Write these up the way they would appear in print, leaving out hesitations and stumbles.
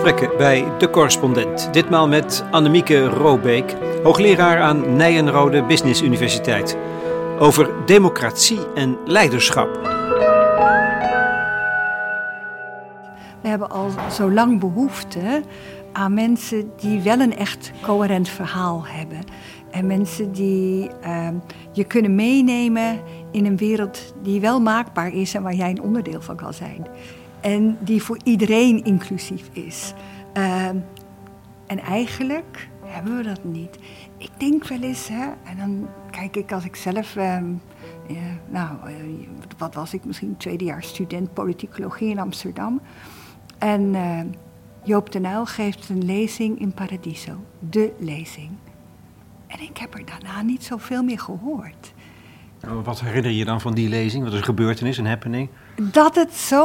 gesprekken bij De Correspondent. Ditmaal met Annemieke Robeek, hoogleraar aan Nijenrode Business Universiteit. Over democratie en leiderschap. We hebben al zo lang behoefte aan mensen die wel een echt coherent verhaal hebben. En mensen die je kunnen meenemen in een wereld die wel maakbaar is en waar jij een onderdeel van kan zijn. En die voor iedereen inclusief is. En eigenlijk hebben we dat niet. Ik denk wel eens, en dan kijk ik als ik zelf... wat was ik? Misschien tweedejaars student politicologie in Amsterdam. En Joop den Uyl geeft een lezing in Paradiso. De lezing. En ik heb er daarna niet zoveel meer gehoord. Wat herinner je dan van die lezing? Wat is een gebeurtenis, een happening? Dat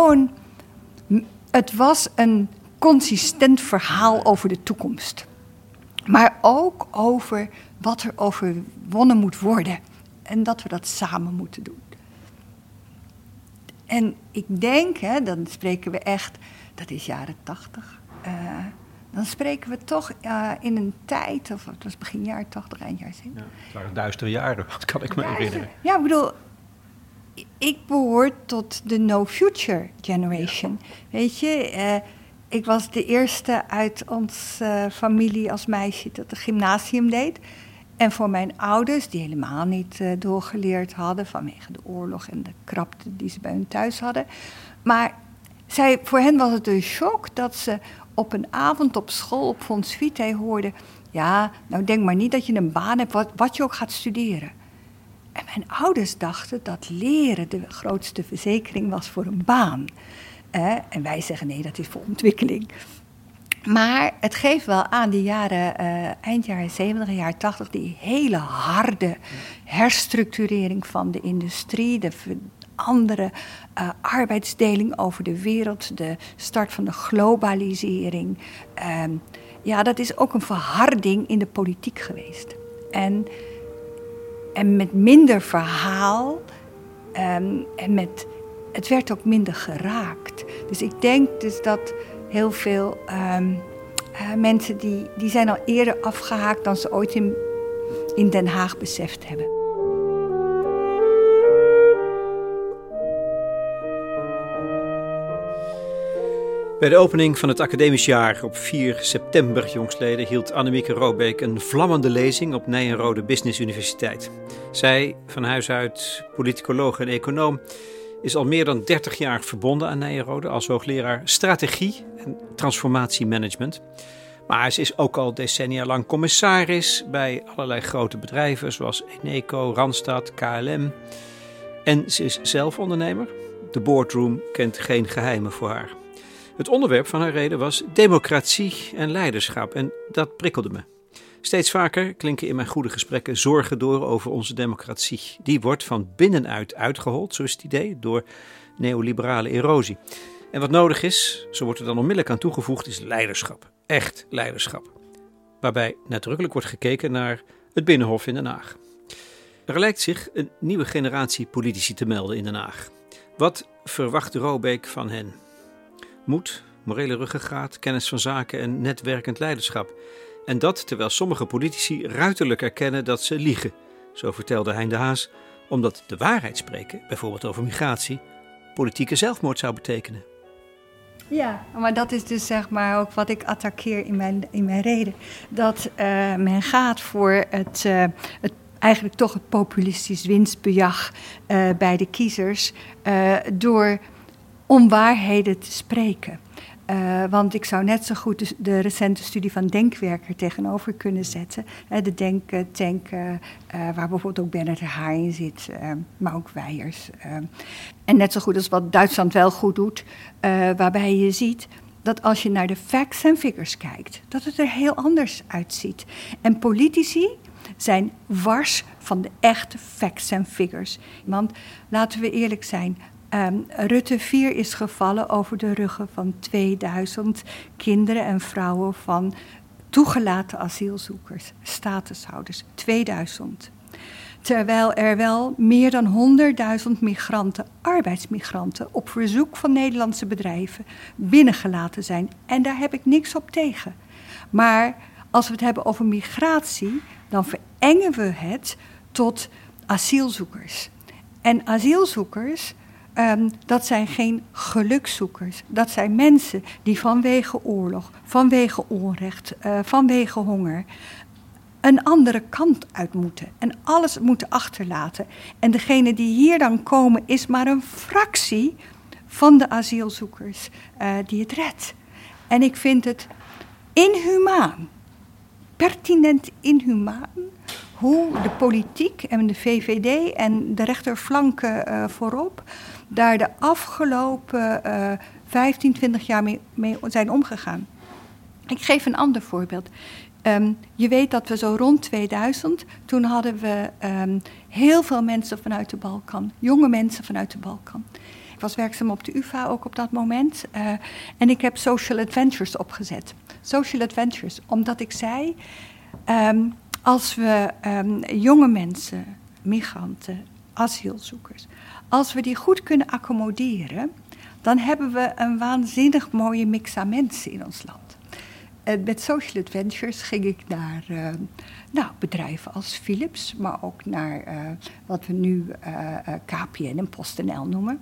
het was een consistent verhaal over de toekomst. Maar ook over wat er overwonnen moet worden. En dat we dat samen moeten doen. En ik denk, dan spreken we echt, dat is jaren 80. Dan spreken we toch in een tijd, of het was begin jaren 80, eind jaren 70. Ja, het waren duistere jaren, dat kan ik me herinneren. Ja, ik bedoel, ik behoor tot de No Future Generation. Ja. Weet je, ik was de eerste uit onze familie als meisje dat het gymnasium deed. En voor mijn ouders, die helemaal niet doorgeleerd hadden vanwege de oorlog en de krapte die ze bij hun thuis hadden. Maar voor hen was het een shock dat ze op een avond op school op Fons Vitae hoorden: ja, nou denk maar niet dat je een baan hebt wat je ook gaat studeren. En mijn ouders dachten dat leren de grootste verzekering was voor een baan. En wij zeggen nee, dat is voor ontwikkeling. Maar het geeft wel aan die jaren, eind jaren 70, jaren 80, die hele harde herstructurering van de industrie, de andere arbeidsdeling over de wereld, de start van de globalisering. Dat is ook een verharding in de politiek geweest. En met minder verhaal het werd ook minder geraakt. Dus ik denk dus dat heel veel mensen die zijn al eerder afgehaakt dan ze ooit in Den Haag beseft hebben. Bij de opening van het academisch jaar op 4 september jongstleden hield Annemieke Robeek een vlammende lezing op Nijenrode Business Universiteit. Zij, van huis uit politicoloog en econoom, is al meer dan 30 jaar verbonden aan Nijenrode als hoogleraar strategie en transformatiemanagement. Maar ze is ook al decennia lang commissaris bij allerlei grote bedrijven zoals Eneco, Randstad, KLM. En ze is zelf ondernemer. De boardroom kent geen geheimen voor haar. Het onderwerp van haar reden was democratie en leiderschap en dat prikkelde me. Steeds vaker klinken in mijn goede gesprekken zorgen door over onze democratie. Die wordt van binnenuit uitgehold, zo is het idee, door neoliberale erosie. En wat nodig is, zo wordt er dan onmiddellijk aan toegevoegd, is leiderschap. Echt leiderschap. Waarbij nadrukkelijk wordt gekeken naar het Binnenhof in Den Haag. Er lijkt zich een nieuwe generatie politici te melden in Den Haag. Wat verwacht Robeek van hen? Moed, morele ruggengraat, kennis van zaken en netwerkend leiderschap. En dat terwijl sommige politici ruiterlijk erkennen dat ze liegen. Zo vertelde Hein de Haas, omdat de waarheid spreken, bijvoorbeeld over migratie, politieke zelfmoord zou betekenen. Ja, maar dat is dus zeg maar ook wat ik attaqueer in mijn reden. Dat men gaat voor het eigenlijk toch het populistisch winstbejag bij de kiezers door onwaarheden te spreken. Want ik zou net zo goed de recente studie van Denkwerker tegenover kunnen zetten. De denktank waar bijvoorbeeld ook Bernard de Haar in zit, maar ook Weijers. En net zo goed als wat Duitsland wel goed doet, waarbij je ziet dat als je naar de facts en figures kijkt, dat het er heel anders uitziet. En politici zijn wars van de echte facts en figures. Want laten we eerlijk zijn, Rutte 4 is gevallen over de ruggen van 2000 kinderen en vrouwen van toegelaten asielzoekers, statushouders. 2000. Terwijl er wel meer dan 100.000 migranten, arbeidsmigranten, op verzoek van Nederlandse bedrijven binnengelaten zijn. En daar heb ik niks op tegen. Maar als we het hebben over migratie, dan verengen we het tot asielzoekers. En asielzoekers, dat zijn geen gelukzoekers. Dat zijn mensen die vanwege oorlog, vanwege onrecht, vanwege honger een andere kant uit moeten. En alles moeten achterlaten. En degene die hier dan komen is maar een fractie van de asielzoekers die het redt. En ik vind het inhumaan, pertinent inhumaan, hoe de politiek en de VVD en de rechterflanken voorop daar de afgelopen 15, 20 jaar mee zijn omgegaan. Ik geef een ander voorbeeld. Je weet dat we zo rond 2000, toen hadden we heel veel mensen vanuit de Balkan, jonge mensen vanuit de Balkan. Ik was werkzaam op de UvA ook op dat moment en ik heb Social Adventures opgezet. Social Adventures, omdat ik zei, als we jonge mensen, migranten, asielzoekers, als we die goed kunnen accommoderen, dan hebben we een waanzinnig mooie mix aan mensen in ons land. En met Social Adventures ging ik naar bedrijven als Philips, maar ook naar wat we nu KPN en PostNL noemen.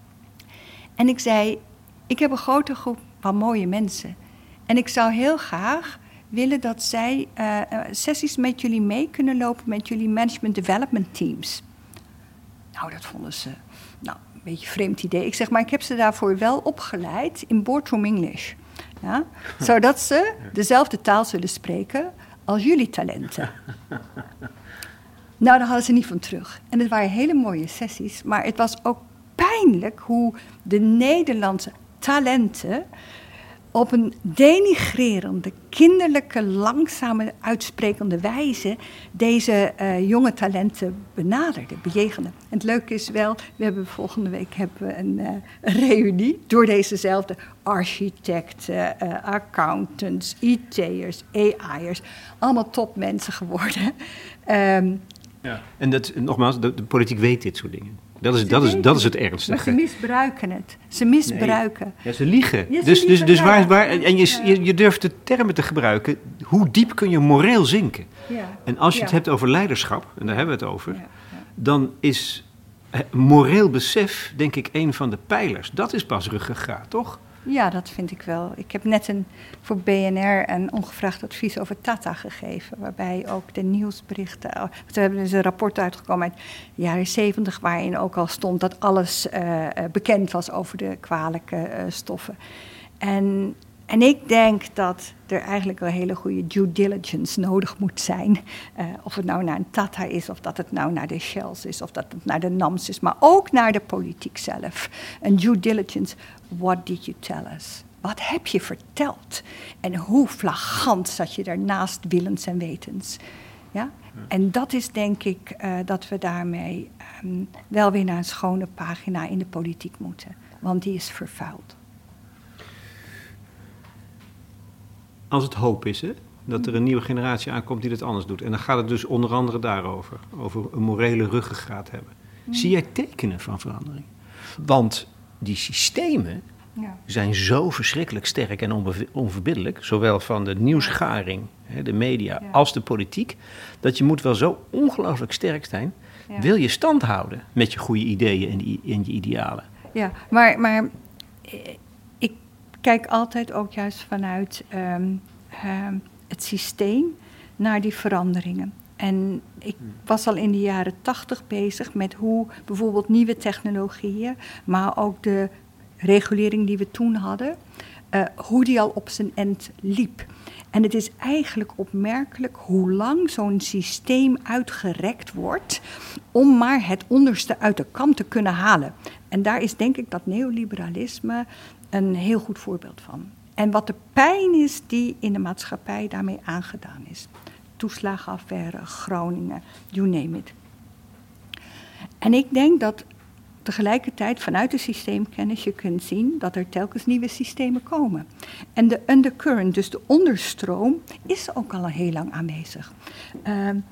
En ik zei, ik heb een grote groep van mooie mensen. En ik zou heel graag willen dat zij sessies met jullie mee kunnen lopen met jullie management development teams. Nou, dat vonden ze een beetje een vreemd idee. Ik zeg, maar ik heb ze daarvoor wel opgeleid in boardroom English. Ja? Zodat ze dezelfde taal zullen spreken als jullie talenten. Nou, daar hadden ze niet van terug. En het waren hele mooie sessies, maar het was ook pijnlijk hoe de Nederlandse talenten op een denigrerende, kinderlijke, langzame, uitsprekende wijze deze jonge talenten benaderden, bejegenden. En het leuke is wel, we hebben volgende week een reunie door dezezelfde architecten, accountants, IT'ers, AI'ers, allemaal topmensen geworden. Ja. En nogmaals, de politiek weet dit soort dingen. Dat is het ernstige. Maar ze misbruiken het. Ze misbruiken. Nee. Ja, ze liegen. Ja, Dus waar... En je durft de termen te gebruiken. Hoe diep kun je moreel zinken? Ja. En als je het hebt over leiderschap, en daar hebben we het over, dan is moreel besef, denk ik, een van de pijlers. Dat is pas ruggengraat, toch? Ja, dat vind ik wel. Ik heb net voor BNR een ongevraagd advies over Tata gegeven, waarbij ook de nieuwsberichten... We hebben dus een rapport uitgekomen uit de jaren 70, waarin ook al stond dat alles bekend was over de kwalijke stoffen. En ik denk dat er eigenlijk een hele goede due diligence nodig moet zijn. Of het nou naar een Tata is, of dat het nou naar de Shells is, of dat het naar de NAMS is, maar ook naar de politiek zelf. Een due diligence, what did you tell us? Wat heb je verteld? En hoe flagrant zat je daarnaast willens en wetens? Ja? En dat is denk ik dat we daarmee wel weer naar een schone pagina in de politiek moeten. Want die is vervuild. Als het hoop is, hè, dat er een nieuwe generatie aankomt die dit anders doet. En dan gaat het dus onder andere daarover. Over een morele ruggengraat hebben. Zie jij tekenen van verandering? Want die systemen zijn zo verschrikkelijk sterk en onverbiddelijk. Zowel van de nieuwsgaring, de media, als de politiek. Dat je moet wel zo ongelooflijk sterk zijn. Ja. Wil je stand houden met je goede ideeën en je idealen? Ja, maar ik kijk altijd ook juist vanuit het systeem naar die veranderingen. En ik was al in de jaren 80 bezig met hoe bijvoorbeeld nieuwe technologieën, maar ook de regulering die we toen hadden, hoe die al op zijn end liep. En het is eigenlijk opmerkelijk hoe lang zo'n systeem uitgerekt wordt om maar het onderste uit de kam te kunnen halen. En daar is denk ik dat neoliberalisme een heel goed voorbeeld van. En wat de pijn is die in de maatschappij daarmee aangedaan is. Toeslagenaffaire, Groningen, you name it. En ik denk dat tegelijkertijd vanuit de systeemkennis je kunt zien dat er telkens nieuwe systemen komen. En de undercurrent, dus de onderstroom, is ook al heel lang aanwezig.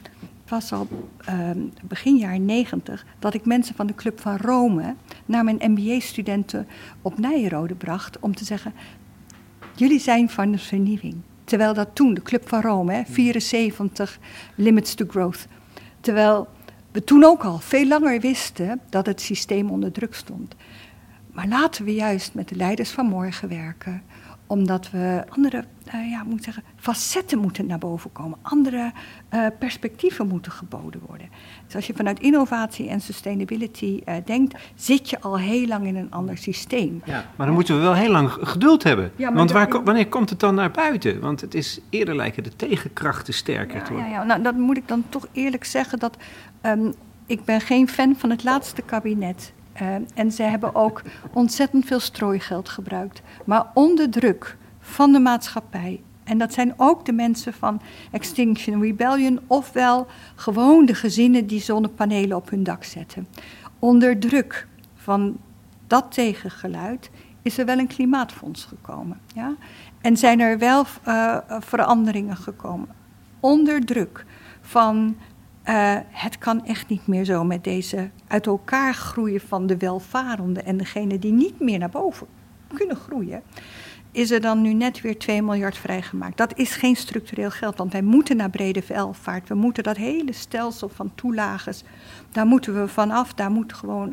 Het was al begin jaren 90 dat ik mensen van de Club van Rome naar mijn MBA-studenten op Nijenrode bracht om te zeggen, jullie zijn van de vernieuwing. Terwijl dat toen, de Club van Rome, 74 limits to growth. Terwijl we toen ook al veel langer wisten dat het systeem onder druk stond. Maar laten we juist met de leiders van morgen werken, omdat we andere facetten moeten naar boven komen. Andere perspectieven moeten geboden worden. Dus als je vanuit innovatie en sustainability denkt, zit je al heel lang in een ander systeem. Ja, maar dan moeten we wel heel lang geduld hebben. Ja, want wanneer komt het dan naar buiten? Want het is eerder lijken de tegenkrachten sterker te worden. Ja, nou, dat moet ik dan toch eerlijk zeggen dat ik ben geen fan van het laatste kabinet. En ze hebben ook ontzettend veel strooigeld gebruikt. Maar onder druk van de maatschappij. En dat zijn ook de mensen van Extinction Rebellion, ofwel gewoon de gezinnen die zonnepanelen op hun dak zetten. Onder druk van dat tegengeluid is er wel een klimaatfonds gekomen. Ja? En zijn er wel veranderingen gekomen. Onder druk van het kan echt niet meer zo met deze uit elkaar groeien van de welvarenden en degenen die niet meer naar boven kunnen groeien, is er dan nu net weer 2 miljard vrijgemaakt. Dat is geen structureel geld, want wij moeten naar brede welvaart. We moeten dat hele stelsel van toelages, daar moeten we vanaf. Daar moet gewoon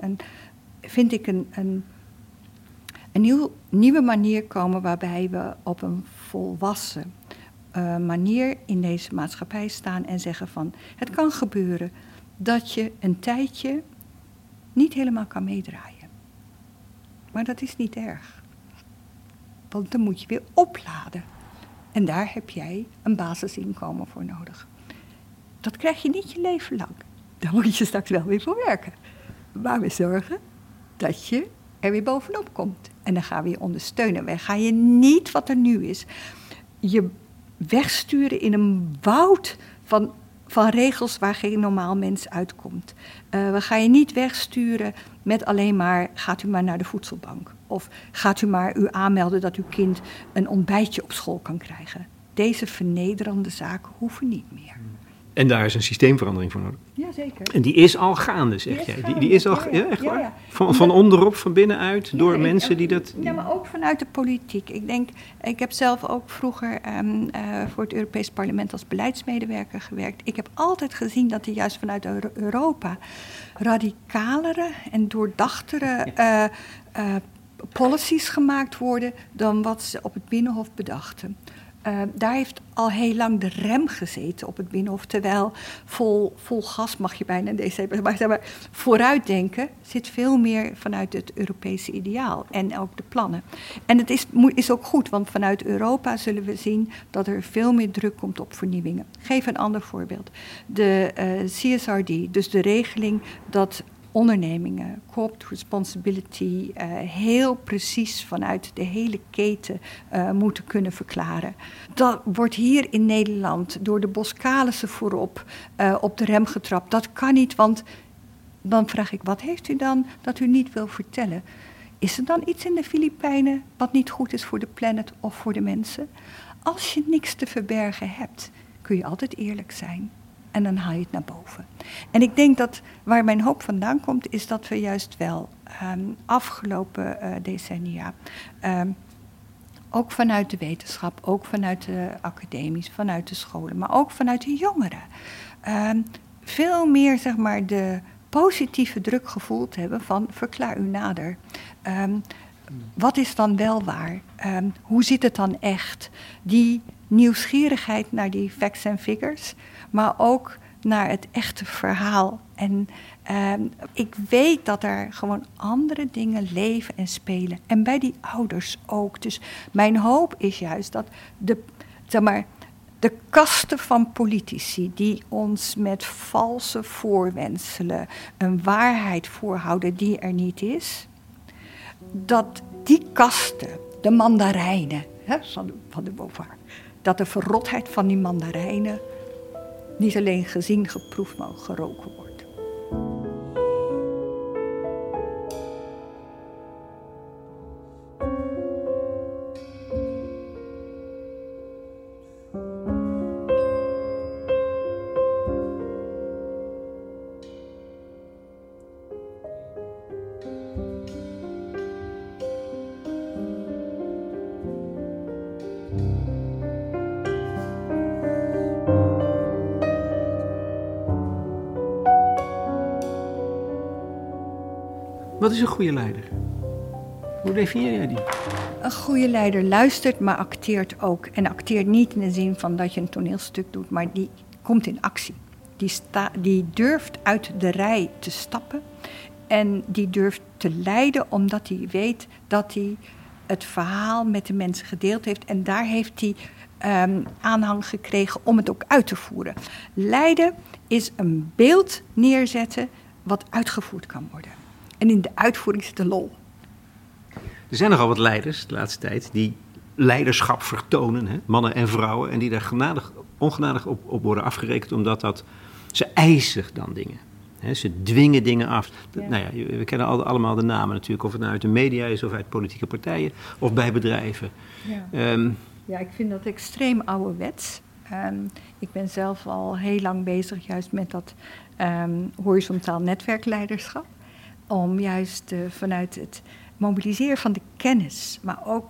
een nieuwe manier komen waarbij we op een volwassen manier in deze maatschappij staan en zeggen van, het kan gebeuren dat je een tijdje niet helemaal kan meedraaien. Maar dat is niet erg. Want dan moet je weer opladen. En daar heb jij een basisinkomen voor nodig. Dat krijg je niet je leven lang. Daar moet je straks wel weer voor werken. Maar we zorgen dat je er weer bovenop komt. En dan gaan we je ondersteunen. Wij gaan je niet wat er nu is je wegsturen in een woud van regels waar geen normaal mens uitkomt. We gaan je niet wegsturen met alleen maar, gaat u maar naar de voedselbank. Of gaat u maar u aanmelden dat uw kind een ontbijtje op school kan krijgen. Deze vernederende zaken hoeven niet meer. En daar is een systeemverandering voor nodig. Jazeker. En die is al gaande, zeg jij. Die is al, echt waar? Ja. Van onderop, van binnenuit, door mensen die dat... Ja, maar ook vanuit de politiek. Ik heb zelf ook vroeger voor het Europees Parlement als beleidsmedewerker gewerkt. Ik heb altijd gezien dat er juist vanuit Europa radicalere en doordachtere policies gemaakt worden dan wat ze op het Binnenhof bedachten. Daar heeft al heel lang de rem gezeten op het Binnenhof. Terwijl vol gas mag je bijna maar vooruitdenken zit veel meer vanuit het Europese ideaal. En ook de plannen. En het is ook goed, want vanuit Europa zullen we zien dat er veel meer druk komt op vernieuwingen. Ik geef een ander voorbeeld. De CSRD, dus de regeling dat ondernemingen, corporate responsibility, heel precies vanuit de hele keten moeten kunnen verklaren. Dat wordt hier in Nederland door de Boskalissen voorop op de rem getrapt. Dat kan niet, want dan vraag ik, wat heeft u dan dat u niet wil vertellen? Is er dan iets in de Filipijnen wat niet goed is voor de planet of voor de mensen? Als je niks te verbergen hebt, kun je altijd eerlijk zijn. En dan haal je het naar boven. En ik denk dat waar mijn hoop vandaan komt, is dat we juist wel afgelopen decennia, ook vanuit de wetenschap, ook vanuit de academies, vanuit de scholen, maar ook vanuit de jongeren, veel meer zeg maar de positieve druk gevoeld hebben van verklaar u nader. Wat is dan wel waar? Hoe zit het dan echt? Die nieuwsgierigheid naar die facts en figures, maar ook naar het echte verhaal. En ik weet dat er gewoon andere dingen leven en spelen. En bij die ouders ook. Dus mijn hoop is juist dat de kasten van politici die ons met valse voorwendselen een waarheid voorhouden die er niet is, dat die kasten, de mandarijnen van de Beauvoir, dat de verrotheid van die mandarijnen niet alleen gezien, geproefd, maar ook geroken wordt. Wat is een goede leider? Hoe definieer jij die? Een goede leider luistert, maar acteert ook. En acteert niet in de zin van dat je een toneelstuk doet, maar die komt in actie. Die durft uit de rij te stappen en die durft te leiden omdat hij weet dat hij het verhaal met de mensen gedeeld heeft. En daar heeft hij aanhang gekregen om het ook uit te voeren. Leiden is een beeld neerzetten wat uitgevoerd kan worden. En in de uitvoering zit de lol. Er zijn nogal wat leiders de laatste tijd die leiderschap vertonen, hè? Mannen en vrouwen, en die daar ongenadig op worden afgerekend, omdat ze eisen dan dingen. Hè? Ze dwingen dingen af. Ja. Nou ja, we kennen allemaal de namen natuurlijk, of het nou uit de media is of uit politieke partijen of bij bedrijven. Ja. Ja, ik vind dat extreem ouderwets. Ik ben zelf al heel lang bezig juist met dat horizontaal netwerkleiderschap. Om juist vanuit het mobiliseren van de kennis, maar ook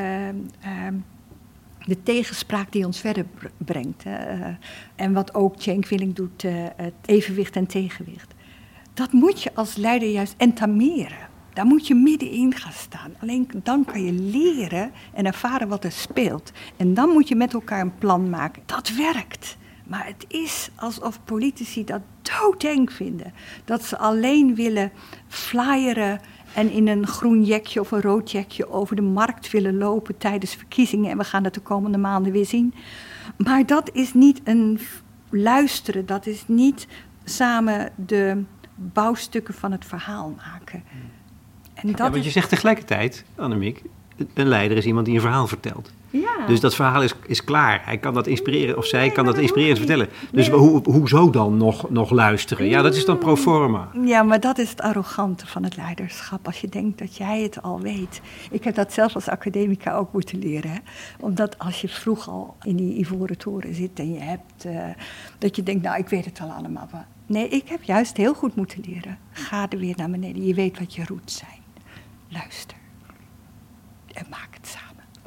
de tegenspraak die ons verder brengt. En wat ook Cenk Willink doet, het evenwicht en tegenwicht. Dat moet je als leider juist entameren. Daar moet je middenin gaan staan. Alleen dan kan je leren en ervaren wat er speelt. En dan moet je met elkaar een plan maken. Dat werkt. Maar het is alsof politici dat doodeng vinden. Dat ze alleen willen flyeren en in een groen jekje of een rood jekje over de markt willen lopen tijdens verkiezingen. En we gaan het de komende maanden weer zien. Maar dat is niet een luisteren. Dat is niet samen de bouwstukken van het verhaal maken. En dat want je zegt tegelijkertijd, Annemiek, een leider is iemand die een verhaal vertelt. Ja. Dus dat verhaal is klaar. Hij kan dat inspireren, of zij kan dat inspirerend vertellen. Dus hoezo dan nog luisteren? Ja, dat is dan pro forma. Ja, maar dat is het arrogante van het leiderschap. Als je denkt dat jij het al weet. Ik heb dat zelf als academica ook moeten leren. Hè? Omdat als je vroeg al in die ivoren toren zit en je hebt dat je denkt, nou, ik weet het al allemaal. Nee, ik heb juist heel goed moeten leren. Ga er weer naar beneden. Je weet wat je roots zijn. Luister. En maak het samen.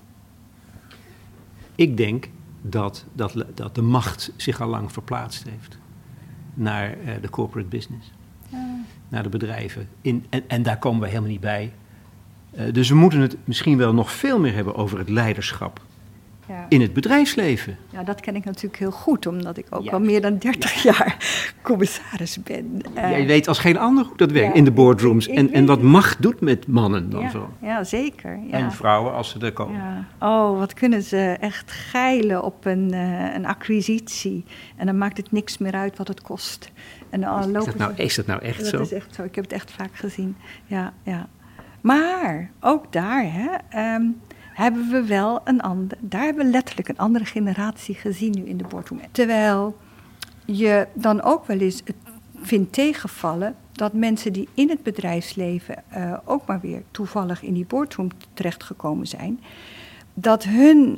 Ik denk dat de macht zich al lang verplaatst heeft naar de corporate business. Naar de bedrijven. En daar komen we helemaal niet bij. Dus we moeten het misschien wel nog veel meer hebben over het leiderschap in het bedrijfsleven. Ja, dat ken ik natuurlijk heel goed, omdat ik ook al meer dan 30 jaar commissaris ben. Jij weet als geen ander hoe dat werkt in de boardrooms. En wat macht doet met mannen dan vooral. Ja, zeker. Ja. En vrouwen als ze er komen. Ja. Oh, wat kunnen ze echt geilen op een acquisitie. En dan maakt het niks meer uit wat het kost. En Is dat nou echt zo? Dat is echt zo. Ik heb het echt vaak gezien. Ja. Maar ook daar, hebben we wel daar hebben we letterlijk een andere generatie gezien nu in de boardroom. Terwijl je dan ook wel eens het vindt tegenvallen dat mensen die in het bedrijfsleven ook maar weer toevallig in die boardroom terechtgekomen zijn, dat hun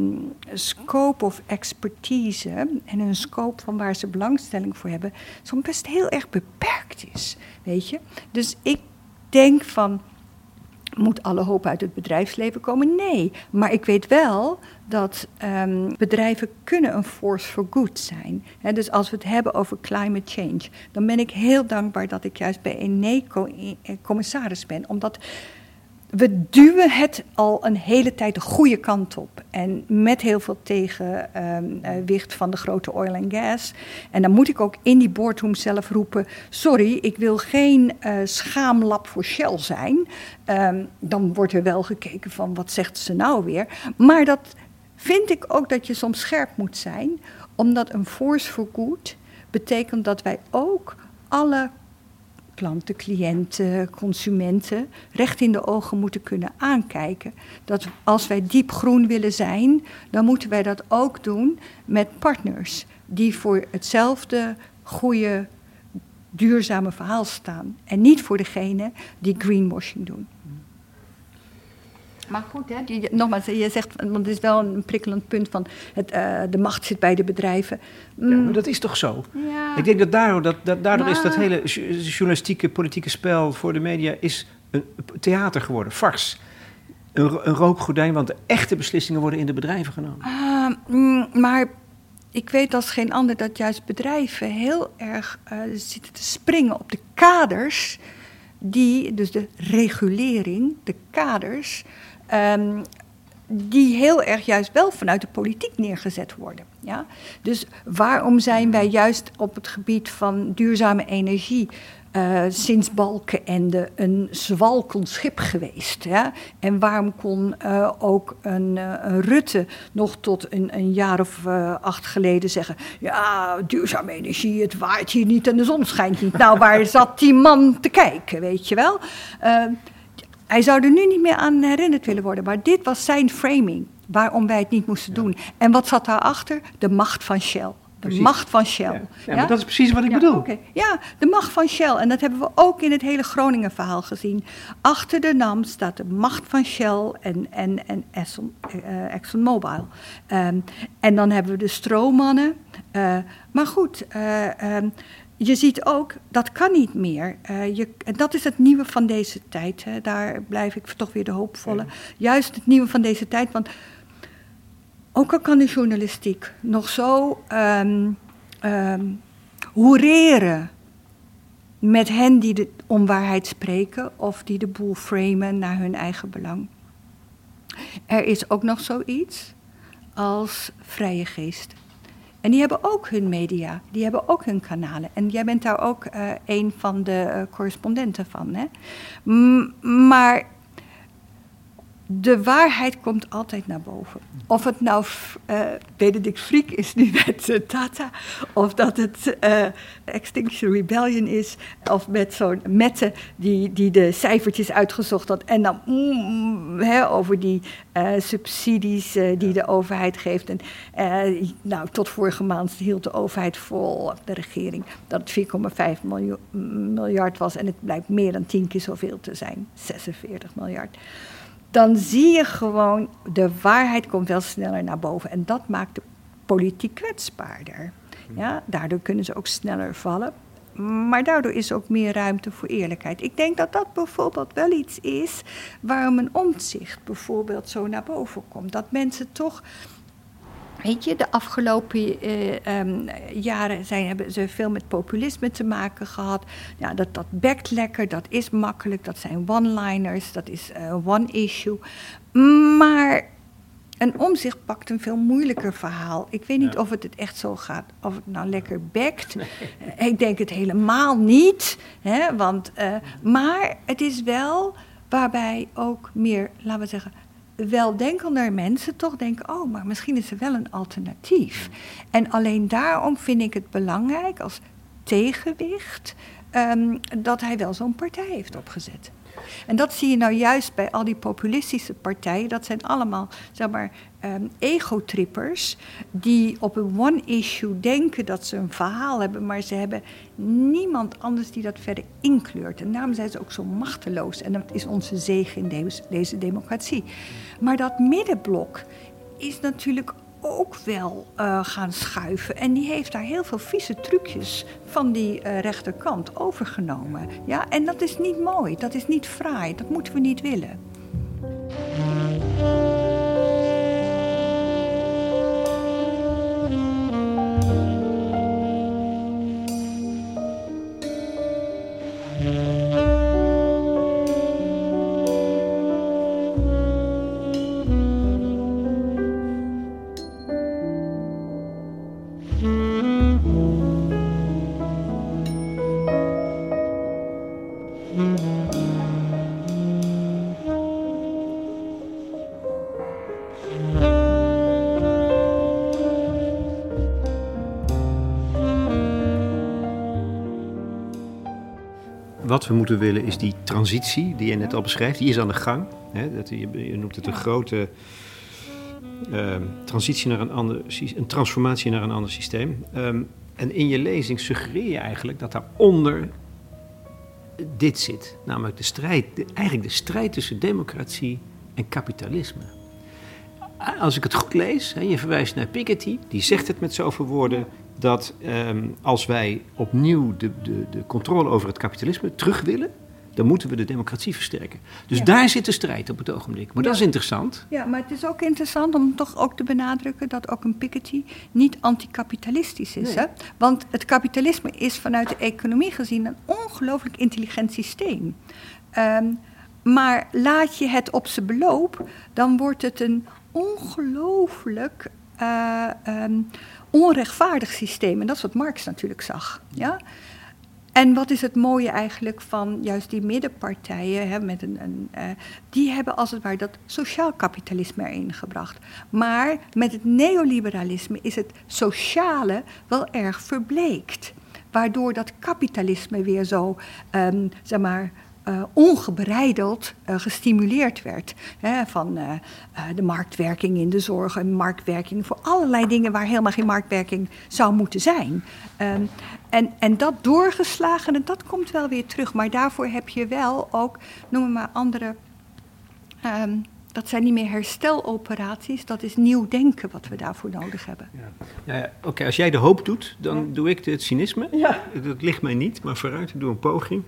scope of expertise en hun scope van waar ze belangstelling voor hebben, soms best heel erg beperkt is, weet je. Dus ik denk van, moet alle hoop uit het bedrijfsleven komen? Nee, maar ik weet wel dat bedrijven kunnen een force for good zijn. He, dus als we het hebben over climate change, dan ben ik heel dankbaar dat ik juist bij Eneco commissaris ben. Omdat we duwen het al een hele tijd de goede kant op. En met heel veel tegenwicht van de grote oil en gas. En dan moet ik ook in die boardroom zelf roepen, sorry, ik wil geen schaamlap voor Shell zijn. Dan wordt er wel gekeken van, wat zegt ze nou weer? Maar dat vind ik ook dat je soms scherp moet zijn. Omdat een force for good betekent dat wij ook alle klanten, cliënten, consumenten recht in de ogen moeten kunnen aankijken. Dat als wij diep groen willen zijn, dan moeten wij dat ook doen met partners die voor hetzelfde goede, duurzame verhaal staan. En niet voor degene die greenwashing doen. Maar goed, nogmaals, je zegt, want het is wel een prikkelend punt van de macht zit bij de bedrijven. Ja, maar dat is toch zo? Ja. Ik denk dat daardoor is dat hele journalistieke, politieke spel voor de media is een theater geworden, farce. Een rookgordijn, want de echte beslissingen worden in de bedrijven genomen. Maar ik weet als geen ander dat juist bedrijven heel erg zitten te springen op de kaders dus de regulering, de kaders, die heel erg juist wel vanuit de politiek neergezet worden. Ja? Dus waarom zijn wij juist op het gebied van duurzame energie sinds Balkenende een zwalkend schip geweest? Ja? En waarom kon ook een Rutte nog tot een jaar of 8 geleden zeggen, ja, duurzame energie, het waait hier niet en de zon schijnt niet. Nou, waar zat die man te kijken, weet je wel? Hij zou er nu niet meer aan herinnerd willen worden, maar dit was zijn framing, waarom wij het niet moesten doen. En wat zat daarachter? De macht van Shell. De macht van Shell. Ja, maar dat is precies wat ik bedoel. Okay. Ja, de macht van Shell. En dat hebben we ook in het hele Groningen verhaal gezien. Achter de NAM staat de macht van Shell en ExxonMobil. En dan hebben we de stroommannen. Maar goed, je ziet ook, dat kan niet meer. Dat is het nieuwe van deze tijd. Hè. Daar blijf ik toch weer de hoopvolle. Ja. Juist het nieuwe van deze tijd, want ook al kan de journalistiek nog zo hoereren met hen die de onwaarheid spreken of die de boel framen naar hun eigen belang. Er is ook nog zoiets als vrije geest. En die hebben ook hun media, die hebben ook hun kanalen. En jij bent daar ook een van de correspondenten van. Hè? Maar de waarheid komt altijd naar boven. Of het nou Benedict Friek is nu met Tata, of dat het Extinction Rebellion is, of met zo'n Mette die de cijfertjes uitgezocht had en dan over die subsidies die de overheid geeft. En tot vorige maand hield de overheid vol, de regering, dat het 4,5 miljard was en het blijkt meer dan 10 keer zoveel te zijn, 46 miljard. Dan zie je gewoon, de waarheid komt wel sneller naar boven. En dat maakt de politiek kwetsbaarder. Ja, daardoor kunnen ze ook sneller vallen. Maar daardoor is ook meer ruimte voor eerlijkheid. Ik denk dat dat bijvoorbeeld wel iets is waarom een Omtzigt bijvoorbeeld zo naar boven komt. Dat mensen toch, weet je, de afgelopen jaren hebben ze veel met populisme te maken gehad. Ja, dat bekt lekker, dat is makkelijk, dat zijn one-liners, dat is one issue. Maar een Omtzigt pakt een veel moeilijker verhaal. Ik weet niet of het echt zo gaat, of het nou lekker bekt. Nee. Ik denk het helemaal niet. Hè, maar het is wel waarbij ook meer, laten we zeggen, weldenkender mensen toch denken, oh, maar misschien is er wel een alternatief. En alleen daarom vind ik het belangrijk als tegenwicht dat hij wel zo'n partij heeft opgezet. En dat zie je nou juist bij al die populistische partijen. Dat zijn allemaal, zeg maar, egotrippers die op een one-issue denken dat ze een verhaal hebben, maar ze hebben niemand anders die dat verder inkleurt. En daarom zijn ze ook zo machteloos. En dat is onze zege in deze democratie. Maar dat middenblok is natuurlijk ook wel gaan schuiven. En die heeft daar heel veel vieze trucjes van die rechterkant overgenomen. Ja? En dat is niet mooi, dat is niet fraai, dat moeten we niet willen. Wat we moeten willen is die transitie die je net al beschrijft. Die is aan de gang. Hè? Je noemt het een grote transitie naar een transformatie naar een ander systeem. En in je lezing suggereer je eigenlijk dat daaronder dit zit. Namelijk de strijd tussen democratie en kapitalisme. Als ik het goed lees, je verwijst naar Piketty, die zegt het met zoveel woorden, dat als wij opnieuw de controle over het kapitalisme terug willen, dan moeten we de democratie versterken. Dus daar zit de strijd op het ogenblik. Maar dat is interessant. Ja, maar het is ook interessant om toch ook te benadrukken dat ook een Piketty niet anticapitalistisch is. Nee. Hè? Want het kapitalisme is vanuit de economie gezien een ongelooflijk intelligent systeem. Maar laat je het op zijn beloop, dan wordt het een ongelooflijk onrechtvaardig systeem. En dat is wat Marx natuurlijk zag. Ja? En wat is het mooie eigenlijk van juist die middenpartijen, hè, die hebben als het ware dat sociaal kapitalisme erin gebracht. Maar met het neoliberalisme is het sociale wel erg verbleekt. Waardoor dat kapitalisme weer zo, ongebreideld gestimuleerd werd. Van de marktwerking in de zorg en marktwerking voor allerlei dingen waar helemaal geen marktwerking zou moeten zijn. En dat doorgeslagen, en dat komt wel weer terug. Maar daarvoor heb je wel ook, noem maar andere, dat zijn niet meer hersteloperaties, dat is nieuw denken wat we daarvoor nodig hebben. Ja, Oké, als jij de hoop doet, dan doe ik het cynisme. Ja. Dat ligt mij niet, maar vooruit, ik doe een poging.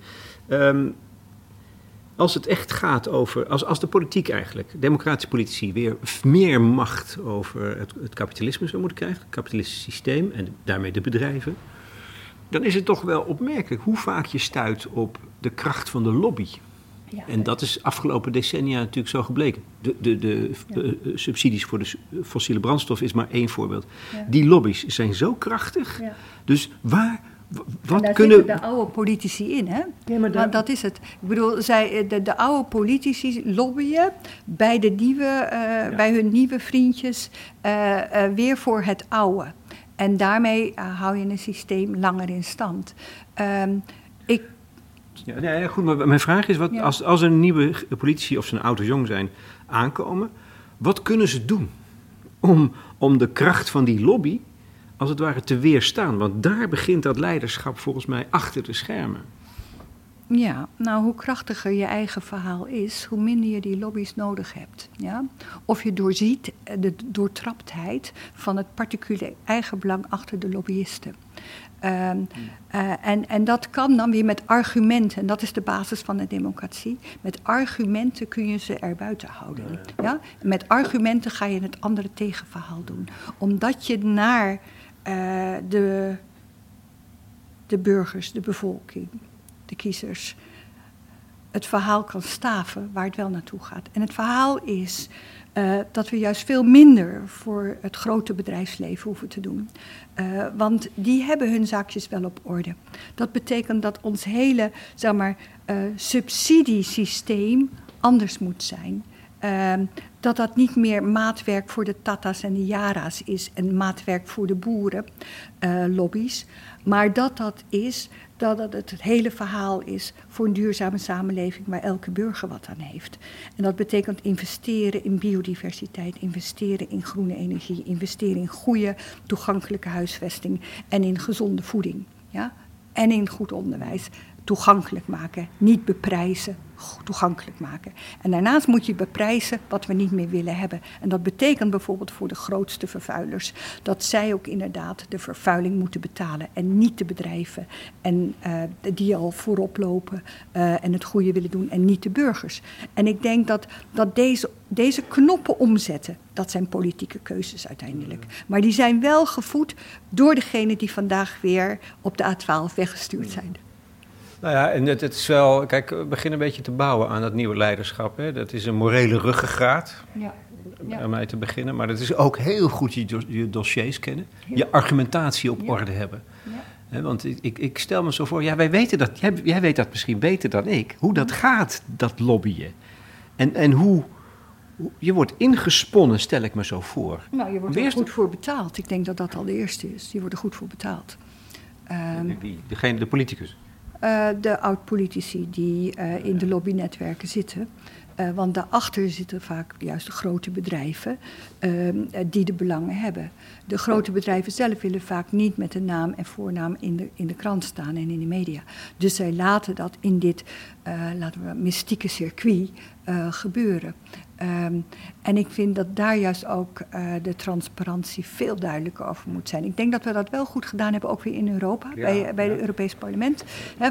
Als het echt gaat over, als de politiek eigenlijk, democratische politici, weer meer macht over het kapitalisme zou moeten krijgen, het kapitalistische systeem en daarmee de bedrijven, dan is het toch wel opmerkelijk hoe vaak je stuit op de kracht van de lobby. Ja. En dat is afgelopen decennia natuurlijk zo gebleken. De subsidies voor de fossiele brandstof is maar één voorbeeld. Ja. Die lobby's zijn zo krachtig, dus daar zitten de oude politici in, hè? Ja, maar dat is het. Ik bedoel, de oude politici lobbyen bij bij hun nieuwe vriendjes weer voor het oude. En daarmee hou je een systeem langer in stand. Goed, maar mijn vraag is, als er nieuwe politici of ze een oud of jong zijn aankomen, wat kunnen ze doen om de kracht van die lobby als het ware te weerstaan? Want daar begint dat leiderschap volgens mij achter de schermen. Ja, nou hoe krachtiger je eigen verhaal is, hoe minder je die lobby's nodig hebt. Ja? Of je doorziet de doortraptheid van het particulier eigenbelang achter de lobbyisten. En dat kan dan weer met argumenten, en dat is de basis van de democratie. Met argumenten kun je ze erbuiten houden. Ja? Met argumenten ga je het andere tegenverhaal doen. Omdat je naar de burgers, de bevolking, de kiezers, het verhaal kan staven waar het wel naartoe gaat. En het verhaal is dat we juist veel minder voor het grote bedrijfsleven hoeven te doen. Want die hebben hun zaakjes wel op orde. Dat betekent dat ons hele, subsidiesysteem anders moet zijn. Dat niet meer maatwerk voor de Tata's en de Yara's is en maatwerk voor de boerenlobby's. Maar dat is dat het hele verhaal is voor een duurzame samenleving waar elke burger wat aan heeft. En dat betekent investeren in biodiversiteit, investeren in groene energie, investeren in goede, toegankelijke huisvesting en in gezonde voeding. Ja? En in goed onderwijs. Toegankelijk maken, niet beprijzen, toegankelijk maken. En daarnaast moet je beprijzen wat we niet meer willen hebben. En dat betekent bijvoorbeeld voor de grootste vervuilers dat zij ook inderdaad de vervuiling moeten betalen en niet de bedrijven en die al voorop lopen en het goede willen doen en niet de burgers. En ik denk dat deze knoppen omzetten, dat zijn politieke keuzes uiteindelijk. Maar die zijn wel gevoed door degenen die vandaag weer op de A12 weggestuurd zijn. Nou ja, en het is wel, kijk, we beginnen een beetje te bouwen aan dat nieuwe leiderschap. Hè. Dat is een morele ruggengraat, om mij te beginnen. Maar dat is ook heel goed je dossiers kennen, je argumentatie op orde hebben. Ja. Want ik stel me zo voor, wij weten dat, jij weet dat misschien beter dan ik, hoe dat gaat, dat lobbyen. En hoe je wordt ingesponnen, stel ik me zo voor. Nou, je wordt er goed voor betaald. Ik denk dat dat al de eerste is. Je wordt er goed voor betaald. De politicus? De oud-politici die in de lobbynetwerken zitten. Want daarachter zitten vaak juist de grote bedrijven die de belangen hebben. De grote bedrijven zelf willen vaak niet met de naam en voornaam in de krant staan en in de media. Dus zij laten dat in dit laten we mystieke circuit gebeuren. En ik vind dat daar juist ook de transparantie veel duidelijker over moet zijn. Ik denk dat we dat wel goed gedaan hebben, ook weer in Europa, bij het Europees Parlement.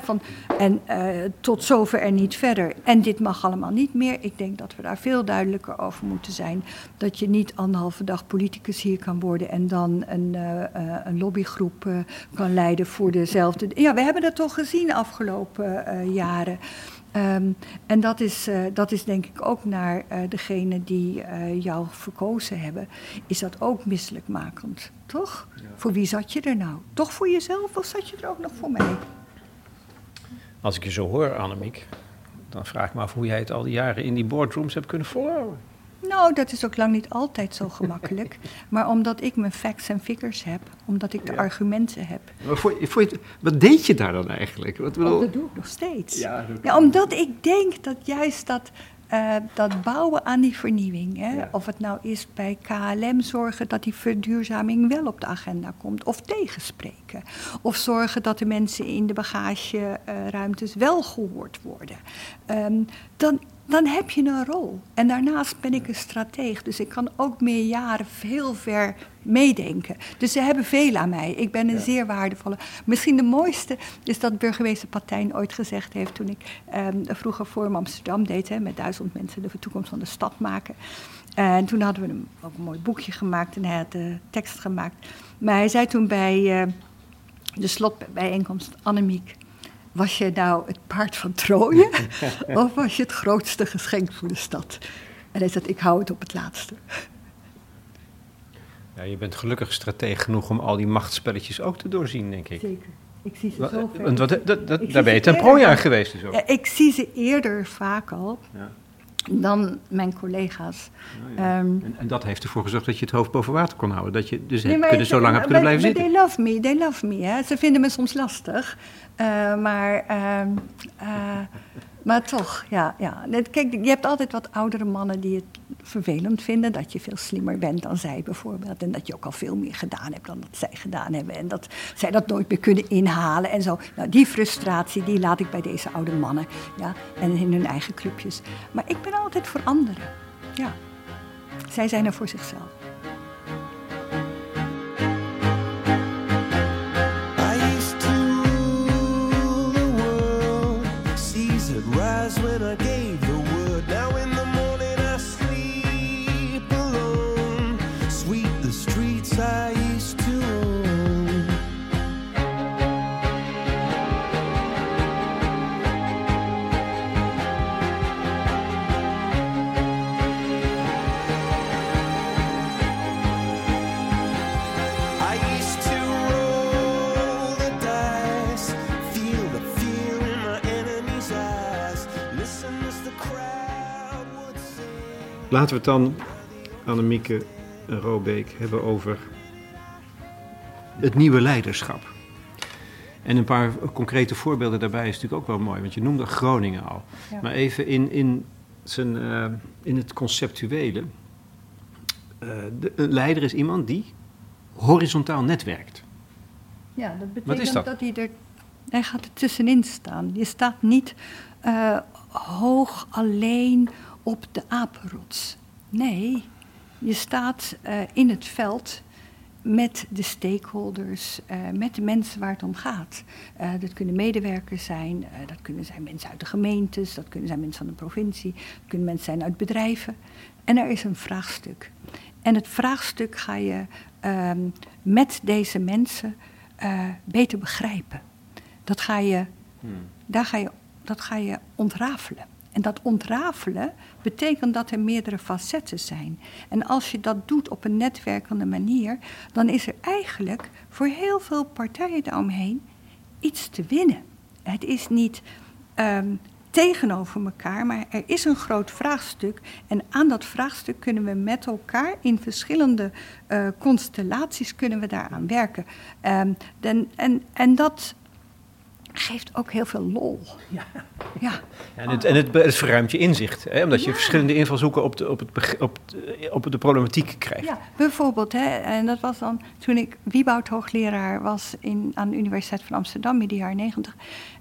Tot zover en niet verder. En dit mag allemaal niet meer. Ik denk dat we daar veel duidelijker over moeten zijn. Dat je niet 1,5 dag politicus hier kan worden en dan een lobbygroep kan leiden voor dezelfde. Ja, we hebben dat toch gezien de afgelopen jaren. En dat is denk ik ook naar degene die jou verkozen hebben, is dat ook misselijkmakend, toch? Ja. Voor wie zat je er nou? Toch voor jezelf of zat je er ook nog voor mij? Als ik je zo hoor, Annemiek, dan vraag ik me af hoe jij het al die jaren in die boardrooms hebt kunnen volhouden. Nou, dat is ook lang niet altijd zo gemakkelijk. Maar omdat ik mijn facts en figures heb, omdat ik de argumenten heb. Maar wat deed je daar dan eigenlijk? Dat doe ik nog steeds. Ja, omdat ik denk dat juist dat bouwen aan die vernieuwing, hè, of het nou is bij KLM zorgen dat die verduurzaming wel op de agenda komt, of tegenspreken. Of zorgen dat de mensen in de bagageruimtes wel gehoord worden. Dan heb je een rol. En daarnaast ben ik een strateeg, dus ik kan ook meer jaren heel ver meedenken. Dus ze hebben veel aan mij. Ik ben een zeer waardevolle. Misschien de mooiste is dat burgemeester Patijn ooit gezegd heeft toen ik vroeger Forum Amsterdam deed, met 1000 mensen de toekomst van de stad maken. En toen hadden we ook een mooi boekje gemaakt en hij had de tekst gemaakt. Maar hij zei toen bij de slotbijeenkomst: Annemiek, was je nou het paard van Troje of was je het grootste geschenk voor de stad? En hij zei: ik hou het op het laatste. Ja, je bent gelukkig strateeg genoeg om al die machtsspelletjes ook te doorzien, denk ik. Zeker. Ik zie ze zo ver. Want daar ben je ten prooi aan geweest dus ook. Ja, ik zie ze eerder vaak al dan mijn collega's. Oh, ja. En dat heeft ervoor gezorgd dat je het hoofd boven water kon houden. Dat je dus zo lang hebt kunnen blijven zitten. They love me. Hè. Ze vinden me soms lastig. Maar toch, ja. Kijk, je hebt altijd wat oudere mannen die het vervelend vinden dat je veel slimmer bent dan zij bijvoorbeeld. En dat je ook al veel meer gedaan hebt dan dat zij gedaan hebben. En dat zij dat nooit meer kunnen inhalen en zo. Nou, die frustratie, die laat ik bij deze oude mannen. Ja, en in hun eigen clubjes. Maar ik ben altijd voor anderen. Ja. Zij zijn er voor zichzelf. When I gave the word, now in the morning I sleep alone. Sweep the streets I used to own. I used to roll the dice, feel the fear in my enemy's eyes. Laten we het dan, Annemieke Robeek, hebben over het nieuwe leiderschap. En een paar concrete voorbeelden daarbij is natuurlijk ook wel mooi, want je noemde Groningen al. Ja. Maar even in het conceptuele. Een leider is iemand die horizontaal netwerkt. Ja, dat betekent dat hij gaat er tussenin staan. Je staat niet hoog alleen op de apenrots. Nee, je staat in het veld met de stakeholders, met de mensen waar het om gaat. Dat kunnen medewerkers zijn, dat kunnen zijn mensen uit de gemeentes, dat kunnen zijn mensen van de provincie, dat kunnen mensen zijn uit bedrijven. En er is een vraagstuk. En het vraagstuk ga je met deze mensen beter begrijpen. Dat ga je ontrafelen. En dat ontrafelen betekent dat er meerdere facetten zijn. En als je dat doet op een netwerkende manier, dan is er eigenlijk voor heel veel partijen daaromheen iets te winnen. Het is niet tegenover elkaar, maar er is een groot vraagstuk. En aan dat vraagstuk kunnen we met elkaar in verschillende constellaties kunnen we daaraan werken. En dat geeft ook heel veel lol. Ja. En het verruimt je inzicht, hè? Omdat je verschillende invalshoeken op de problematiek krijgt. Ja, bijvoorbeeld, en dat was dan toen ik Wieboud hoogleraar was aan de Universiteit van Amsterdam midden jaren 90.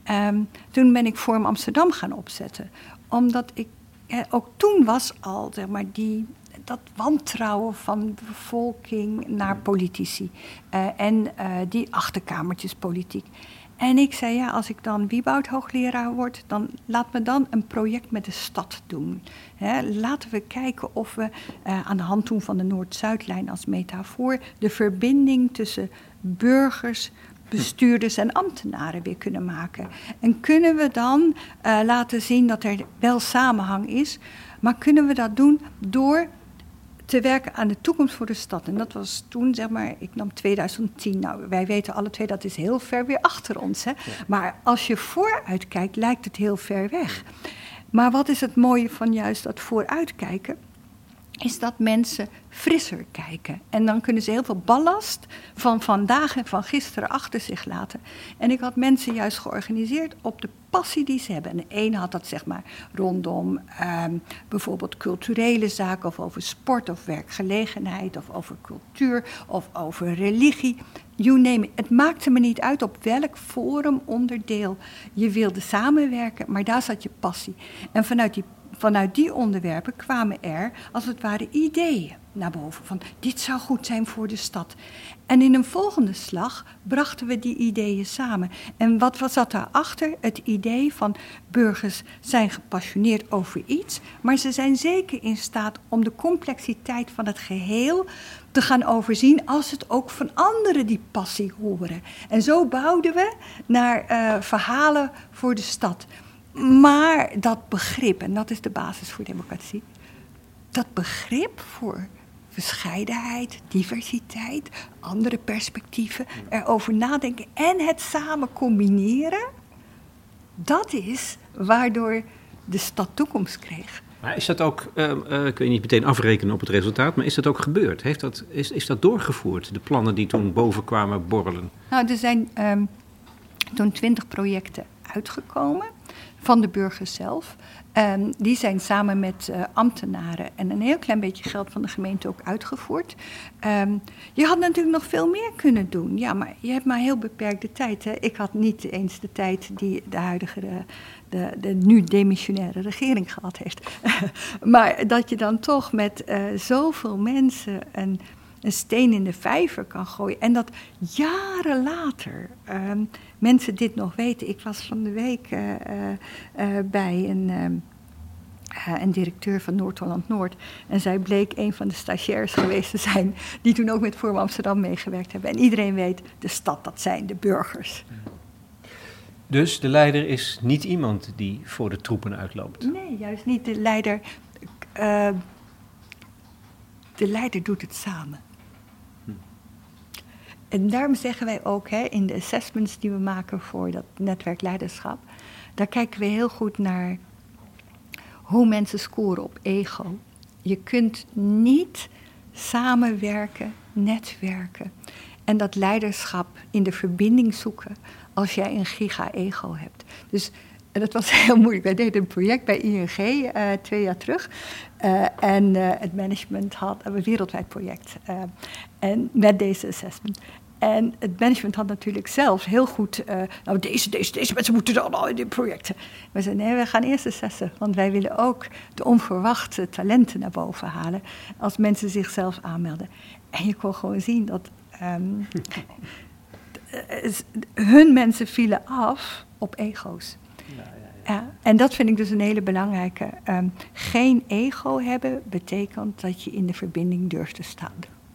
Toen ben ik Forum Amsterdam gaan opzetten. Omdat ik, ook toen was al, zeg maar, dat wantrouwen van de bevolking naar politici. En die achterkamertjespolitiek. En ik zei, als ik dan Wieboud hoogleraar word, dan laat me dan een project met de stad doen. Laten we kijken of we aan de hand doen van de Noord-Zuidlijn als metafoor de verbinding tussen burgers, bestuurders en ambtenaren weer kunnen maken. En kunnen we dan laten zien dat er wel samenhang is, maar kunnen we dat doen door te werken aan de toekomst voor de stad. En dat was toen, zeg maar, ik nam 2010. Nou, wij weten alle twee, dat is heel ver weer achter ons. Hè? Ja. Maar als je vooruit kijkt, lijkt het heel ver weg. Maar wat is het mooie van juist dat vooruitkijken? Is dat mensen frisser kijken. En dan kunnen ze heel veel ballast van vandaag en van gisteren achter zich laten. En ik had mensen juist georganiseerd op de passie die ze hebben. En de ene had dat, zeg maar, rondom bijvoorbeeld culturele zaken, of over sport of werkgelegenheid, of over cultuur, of over religie. You name it. Het maakte me niet uit op welk forum, onderdeel je wilde samenwerken, maar daar zat je passie. En vanuit die onderwerpen kwamen er, als het ware, ideeën naar boven. Van, dit zou goed zijn voor de stad. En in een volgende slag brachten we die ideeën samen. En wat zat daarachter? Het idee van burgers zijn gepassioneerd over iets, maar ze zijn zeker in staat om de complexiteit van het geheel te gaan overzien als het ook van anderen die passie horen. En zo bouwden we naar verhalen voor de stad. Maar dat begrip, en dat is de basis voor democratie, dat begrip voor verscheidenheid, diversiteit, andere perspectieven, erover nadenken en het samen combineren, dat is waardoor de stad toekomst kreeg. Maar is dat ook, kun je niet meteen afrekenen op het resultaat, maar is dat ook gebeurd? Is dat doorgevoerd, de plannen die toen boven kwamen borrelen? Nou, er zijn toen 20 projecten uitgekomen van de burgers zelf. Die zijn samen met ambtenaren en een heel klein beetje geld van de gemeente ook uitgevoerd. Je had natuurlijk nog veel meer kunnen doen. Ja, maar je hebt maar heel beperkte tijd. Hè? Ik had niet eens de tijd die de huidige, de nu demissionaire regering gehad heeft. Maar dat je dan toch met zoveel mensen een steen in de vijver kan gooien. En dat jaren later mensen dit nog weten. Ik was van de week bij een directeur van Noord-Holland-Noord. En zij bleek een van de stagiairs geweest te zijn die toen ook met Forum Amsterdam meegewerkt hebben. En iedereen weet, de stad, dat zijn de burgers. Dus de leider is niet iemand die voor de troepen uitloopt? Nee, juist niet. De leider doet het samen. En daarom zeggen wij ook, in de assessments die we maken voor dat netwerk leiderschap, daar kijken we heel goed naar hoe mensen scoren op ego. Je kunt niet samenwerken, netwerken en dat leiderschap in de verbinding zoeken als jij een giga-ego hebt. Dus dat was heel moeilijk. Wij deden een project bij ING 2 jaar terug. En het management had een wereldwijd project. En met deze assessment. En het management had natuurlijk zelf heel goed, deze mensen moeten dan al in dit project. We zeiden, nee, we gaan eerst assessen. Want wij willen ook de onverwachte talenten naar boven halen als mensen zichzelf aanmelden. En je kon gewoon zien dat hun mensen vielen af op ego's. Ja, en dat vind ik dus een hele belangrijke. Geen ego hebben betekent dat je in de verbinding durft te staan.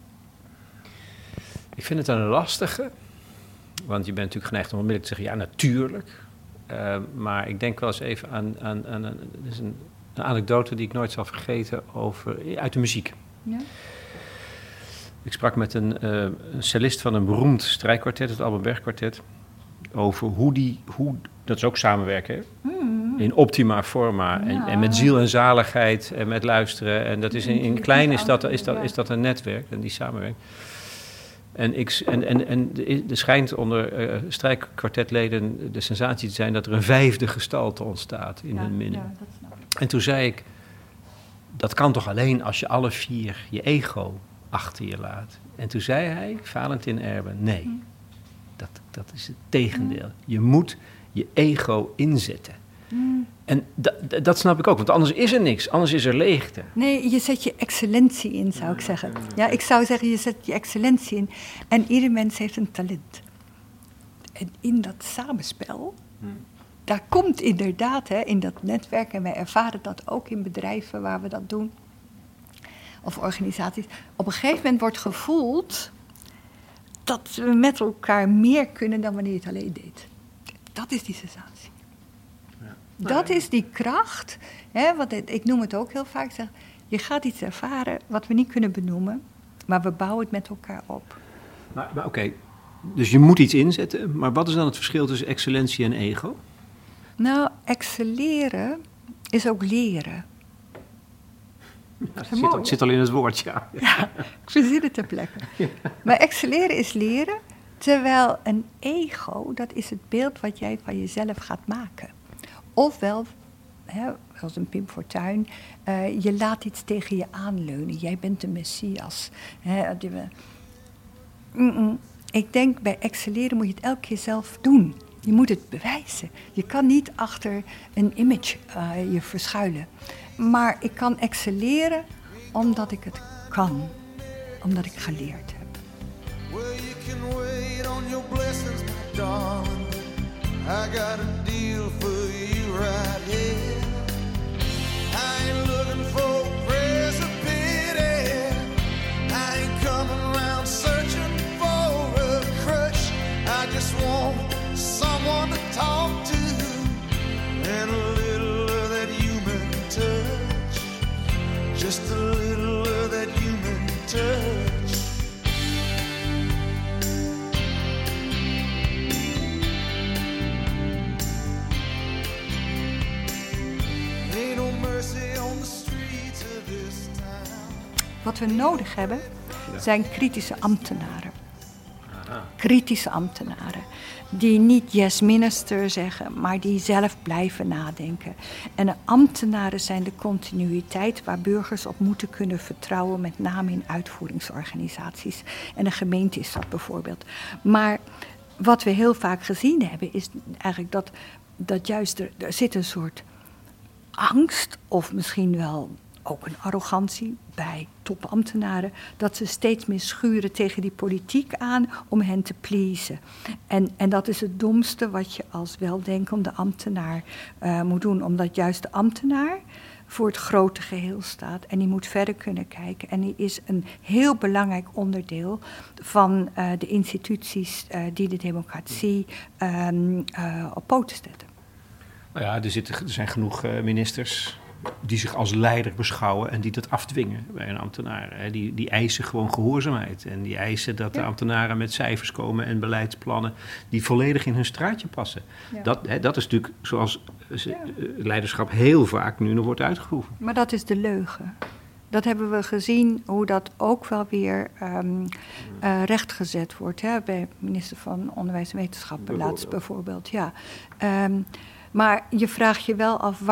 Ik vind het een lastige, want je bent natuurlijk geneigd om onmiddellijk te zeggen, ja, natuurlijk. Maar ik denk wel eens even aan een anekdote die ik nooit zal vergeten uit de muziek. Ja? Ik sprak met een cellist van een beroemd strijkkwartet, het Alban Berg Kwartet, over hoe dat is ook samenwerken, hè? In optima forma, ja. en met ziel en zaligheid en met luisteren. En dat is in klein is dat een netwerk en die samenwerking. En er schijnt onder strijkkwartetleden de sensatie te zijn dat er een 5e gestalte ontstaat in hun midden. Ja, dat snap ik. En toen zei ik, dat kan toch alleen als je alle 4 je ego achter je laat. En toen zei hij, Valentin Erben, nee, dat is het tegendeel. Je moet je ego inzetten. En dat snap ik ook, want anders is er niks, anders is er leegte. Nee, je zet je excellentie in, zou ik zeggen. Ja, ik zou zeggen, je zet je excellentie in. En ieder mens heeft een talent. En in dat samenspel, daar komt inderdaad, in dat netwerk, en wij ervaren dat ook in bedrijven waar we dat doen, of organisaties, op een gegeven moment wordt gevoeld dat we met elkaar meer kunnen dan wanneer je het alleen deed. Dat is die sensatie. Dat is die kracht, want ik noem het ook heel vaak, zeg, je gaat iets ervaren wat we niet kunnen benoemen, maar we bouwen het met elkaar op. Maar oké, dus je moet iets inzetten, maar wat is dan het verschil tussen excellentie en ego? Nou, excelleren is ook leren. Het zit al in het woord, ja. Ja, ik verzin het ter plekke. Ja. Maar excelleren is leren, terwijl een ego, dat is het beeld wat jij van jezelf gaat maken. Ofwel, zoals een Pim Fortuyn, je laat iets tegen je aanleunen. Jij bent de Messias. Ik denk, bij excelleren moet je het elke keer zelf doen. Je moet het bewijzen. Je kan niet achter een image je verschuilen. Maar ik kan excelleren omdat ik het kan. Omdat ik geleerd heb. Well, you can wait on your blessings, my darling. I got a deal for you right here. I ain't looking for praise or pity. I ain't coming around searching for a crush. I just want someone to talk to and a little of that human touch. Just a little of that human touch. Wat we nodig hebben, zijn kritische ambtenaren. Kritische ambtenaren. Die niet yes minister zeggen, maar die zelf blijven nadenken. En de ambtenaren zijn de continuïteit waar burgers op moeten kunnen vertrouwen, met name in uitvoeringsorganisaties. En een gemeente is dat bijvoorbeeld. Maar wat we heel vaak gezien hebben, is eigenlijk dat juist er zit een soort angst, of misschien wel ook een arrogantie bij topambtenaren, dat ze steeds meer schuren tegen die politiek aan om hen te pleasen. En dat is het domste wat je als weldenkende ambtenaar moet doen, omdat juist de ambtenaar voor het grote geheel staat en die moet verder kunnen kijken. En die is een heel belangrijk onderdeel van de instituties die de democratie op poten zetten. Nou ja, er zijn genoeg ministers die zich als leider beschouwen en die dat afdwingen bij een ambtenaar. Die eisen gewoon gehoorzaamheid. En die eisen dat de ambtenaren met cijfers komen en beleidsplannen die volledig in hun straatje passen. Ja. Dat is natuurlijk zoals leiderschap heel vaak nu nog wordt uitgeoefend. Maar dat is de leugen. Dat hebben we gezien, hoe dat ook wel weer rechtgezet wordt. Hè? Bij minister van Onderwijs en Wetenschappen laatst bijvoorbeeld. Ja. Maar je vraagt je wel af,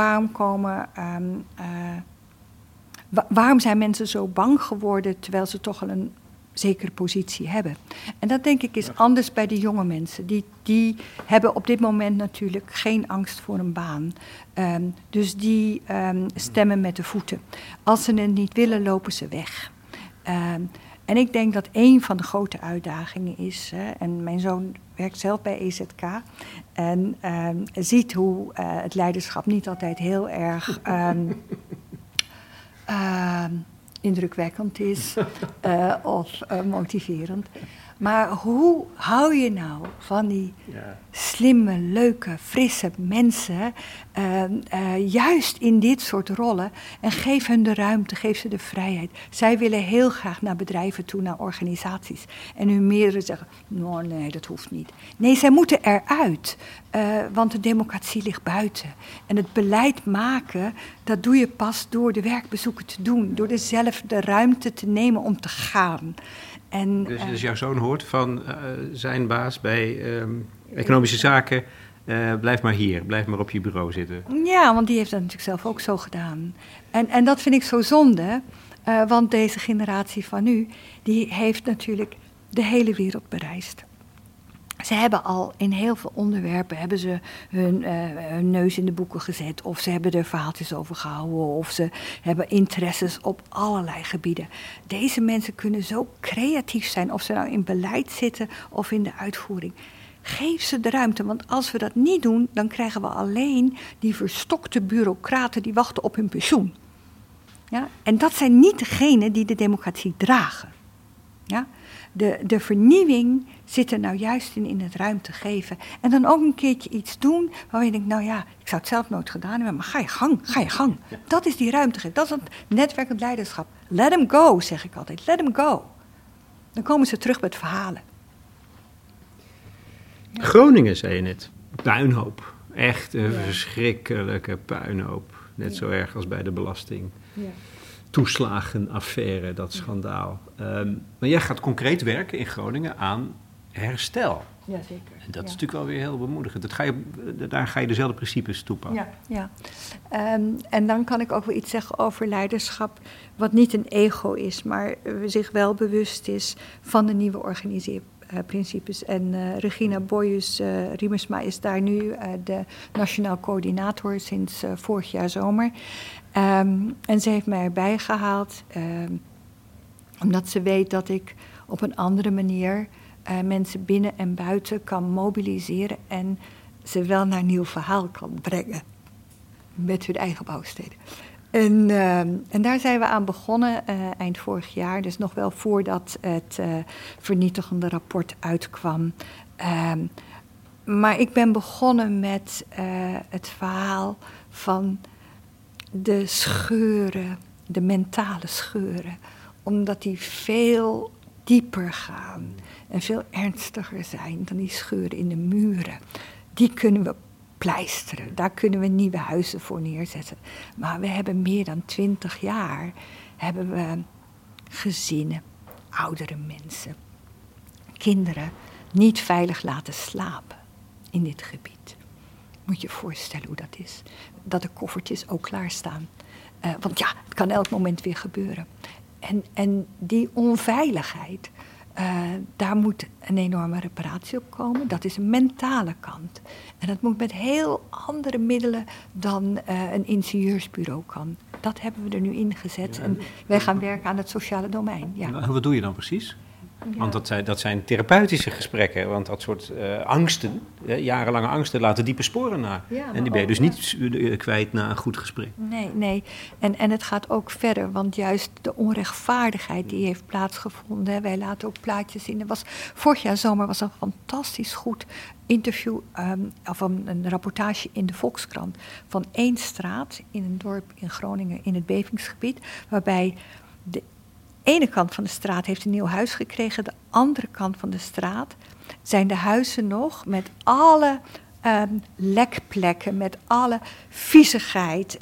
waarom zijn mensen zo bang geworden terwijl ze toch al een zekere positie hebben? En dat denk ik is anders bij de jonge mensen. Die hebben op dit moment natuurlijk geen angst voor een baan. Dus die stemmen met de voeten. Als ze het niet willen, lopen ze weg. En ik denk dat een van de grote uitdagingen is, en mijn zoon werkt zelf bij EZK en ziet hoe het leiderschap niet altijd heel erg indrukwekkend is of motiverend. Maar hoe hou je nou van die slimme, leuke, frisse mensen juist in dit soort rollen en geef hun de ruimte, geef ze de vrijheid. Zij willen heel graag naar bedrijven toe, naar organisaties. En hun meerdere zeggen, nee, dat hoeft niet. Nee, zij moeten eruit, want de democratie ligt buiten. En het beleid maken, dat doe je pas door de werkbezoeken te doen, door er zelf de ruimte te nemen om te gaan. En, dus jouw zoon hoort van zijn baas bij economische zaken... blijf maar hier, blijf maar op je bureau zitten. Ja, want die heeft dat natuurlijk zelf ook zo gedaan. En dat vind ik zo zonde, want deze generatie van nu... die heeft natuurlijk de hele wereld bereisd. Ze hebben al in heel veel onderwerpen hebben ze hun neus in de boeken gezet... of ze hebben er verhaaltjes over gehouden... of ze hebben interesses op allerlei gebieden. Deze mensen kunnen zo creatief zijn... of ze nou in beleid zitten of in de uitvoering... Geef ze de ruimte, want als we dat niet doen... dan krijgen we alleen die verstokte bureaucraten... die wachten op hun pensioen. Ja? En dat zijn niet degenen die de democratie dragen. Ja? De vernieuwing zit er nou juist in het ruimte geven. En dan ook een keertje iets doen... waar je denkt, nou ja, ik zou het zelf nooit gedaan hebben... maar ga je gang. Ja. Dat is die ruimte geven, dat is het netwerkend leiderschap. Let them go, zeg ik altijd, let them go. Dan komen ze terug met verhalen. Ja. Groningen, zei je net. Puinhoop. Echt een verschrikkelijke puinhoop. Net zo erg als bij de belasting. Ja. Toeslagenaffaire, dat schandaal. Maar jij gaat concreet werken in Groningen aan herstel. Jazeker. En dat is natuurlijk wel weer heel bemoedigend. Daar ga je dezelfde principes toepassen. Ja. En dan kan ik ook wel iets zeggen over leiderschap... wat niet een ego is, maar zich wel bewust is... van de nieuwe organisatieprincipes. En Regina Boyus-Riemersma is daar nu de nationaal coördinator... sinds vorig jaar zomer... en ze heeft mij erbij gehaald, omdat ze weet dat ik op een andere manier mensen binnen en buiten kan mobiliseren en ze wel naar een nieuw verhaal kan brengen met hun eigen bouwsteden. En daar zijn we aan begonnen eind vorig jaar, dus nog wel voordat het vernietigende rapport uitkwam. Maar ik ben begonnen met het verhaal van de scheuren, de mentale scheuren, omdat die veel dieper gaan en veel ernstiger zijn dan die scheuren in de muren. Die kunnen we pleisteren, daar kunnen we nieuwe huizen voor neerzetten. Maar we hebben meer dan 20 jaar, hebben we gezinnen, oudere mensen, kinderen niet veilig laten slapen in dit gebied. Moet je je voorstellen hoe dat is. Dat de koffertjes ook klaarstaan. Want ja, het kan elk moment weer gebeuren. En die onveiligheid, daar moet een enorme reparatie op komen. Dat is een mentale kant. En dat moet met heel andere middelen dan een ingenieursbureau kan. Dat hebben we er nu in gezet. Ja, en wij gaan werken aan het sociale domein. Ja. Wat doe je dan precies? Ja. Want dat zijn therapeutische gesprekken. Want dat soort angsten, jarenlange angsten, laten diepe sporen na. Ja, en die ben je dus niet kwijt na een goed gesprek. Nee. En het gaat ook verder. Want juist de onrechtvaardigheid die heeft plaatsgevonden. Wij laten ook plaatjes zien. Vorig jaar zomer was een fantastisch goed interview, of een rapportage in de Volkskrant. Van 1 straat in een dorp in Groningen in het bevingsgebied. Waarbij de ene kant van de straat heeft een nieuw huis gekregen. De andere kant van de straat zijn de huizen nog met alle lekplekken, met alle viezigheid.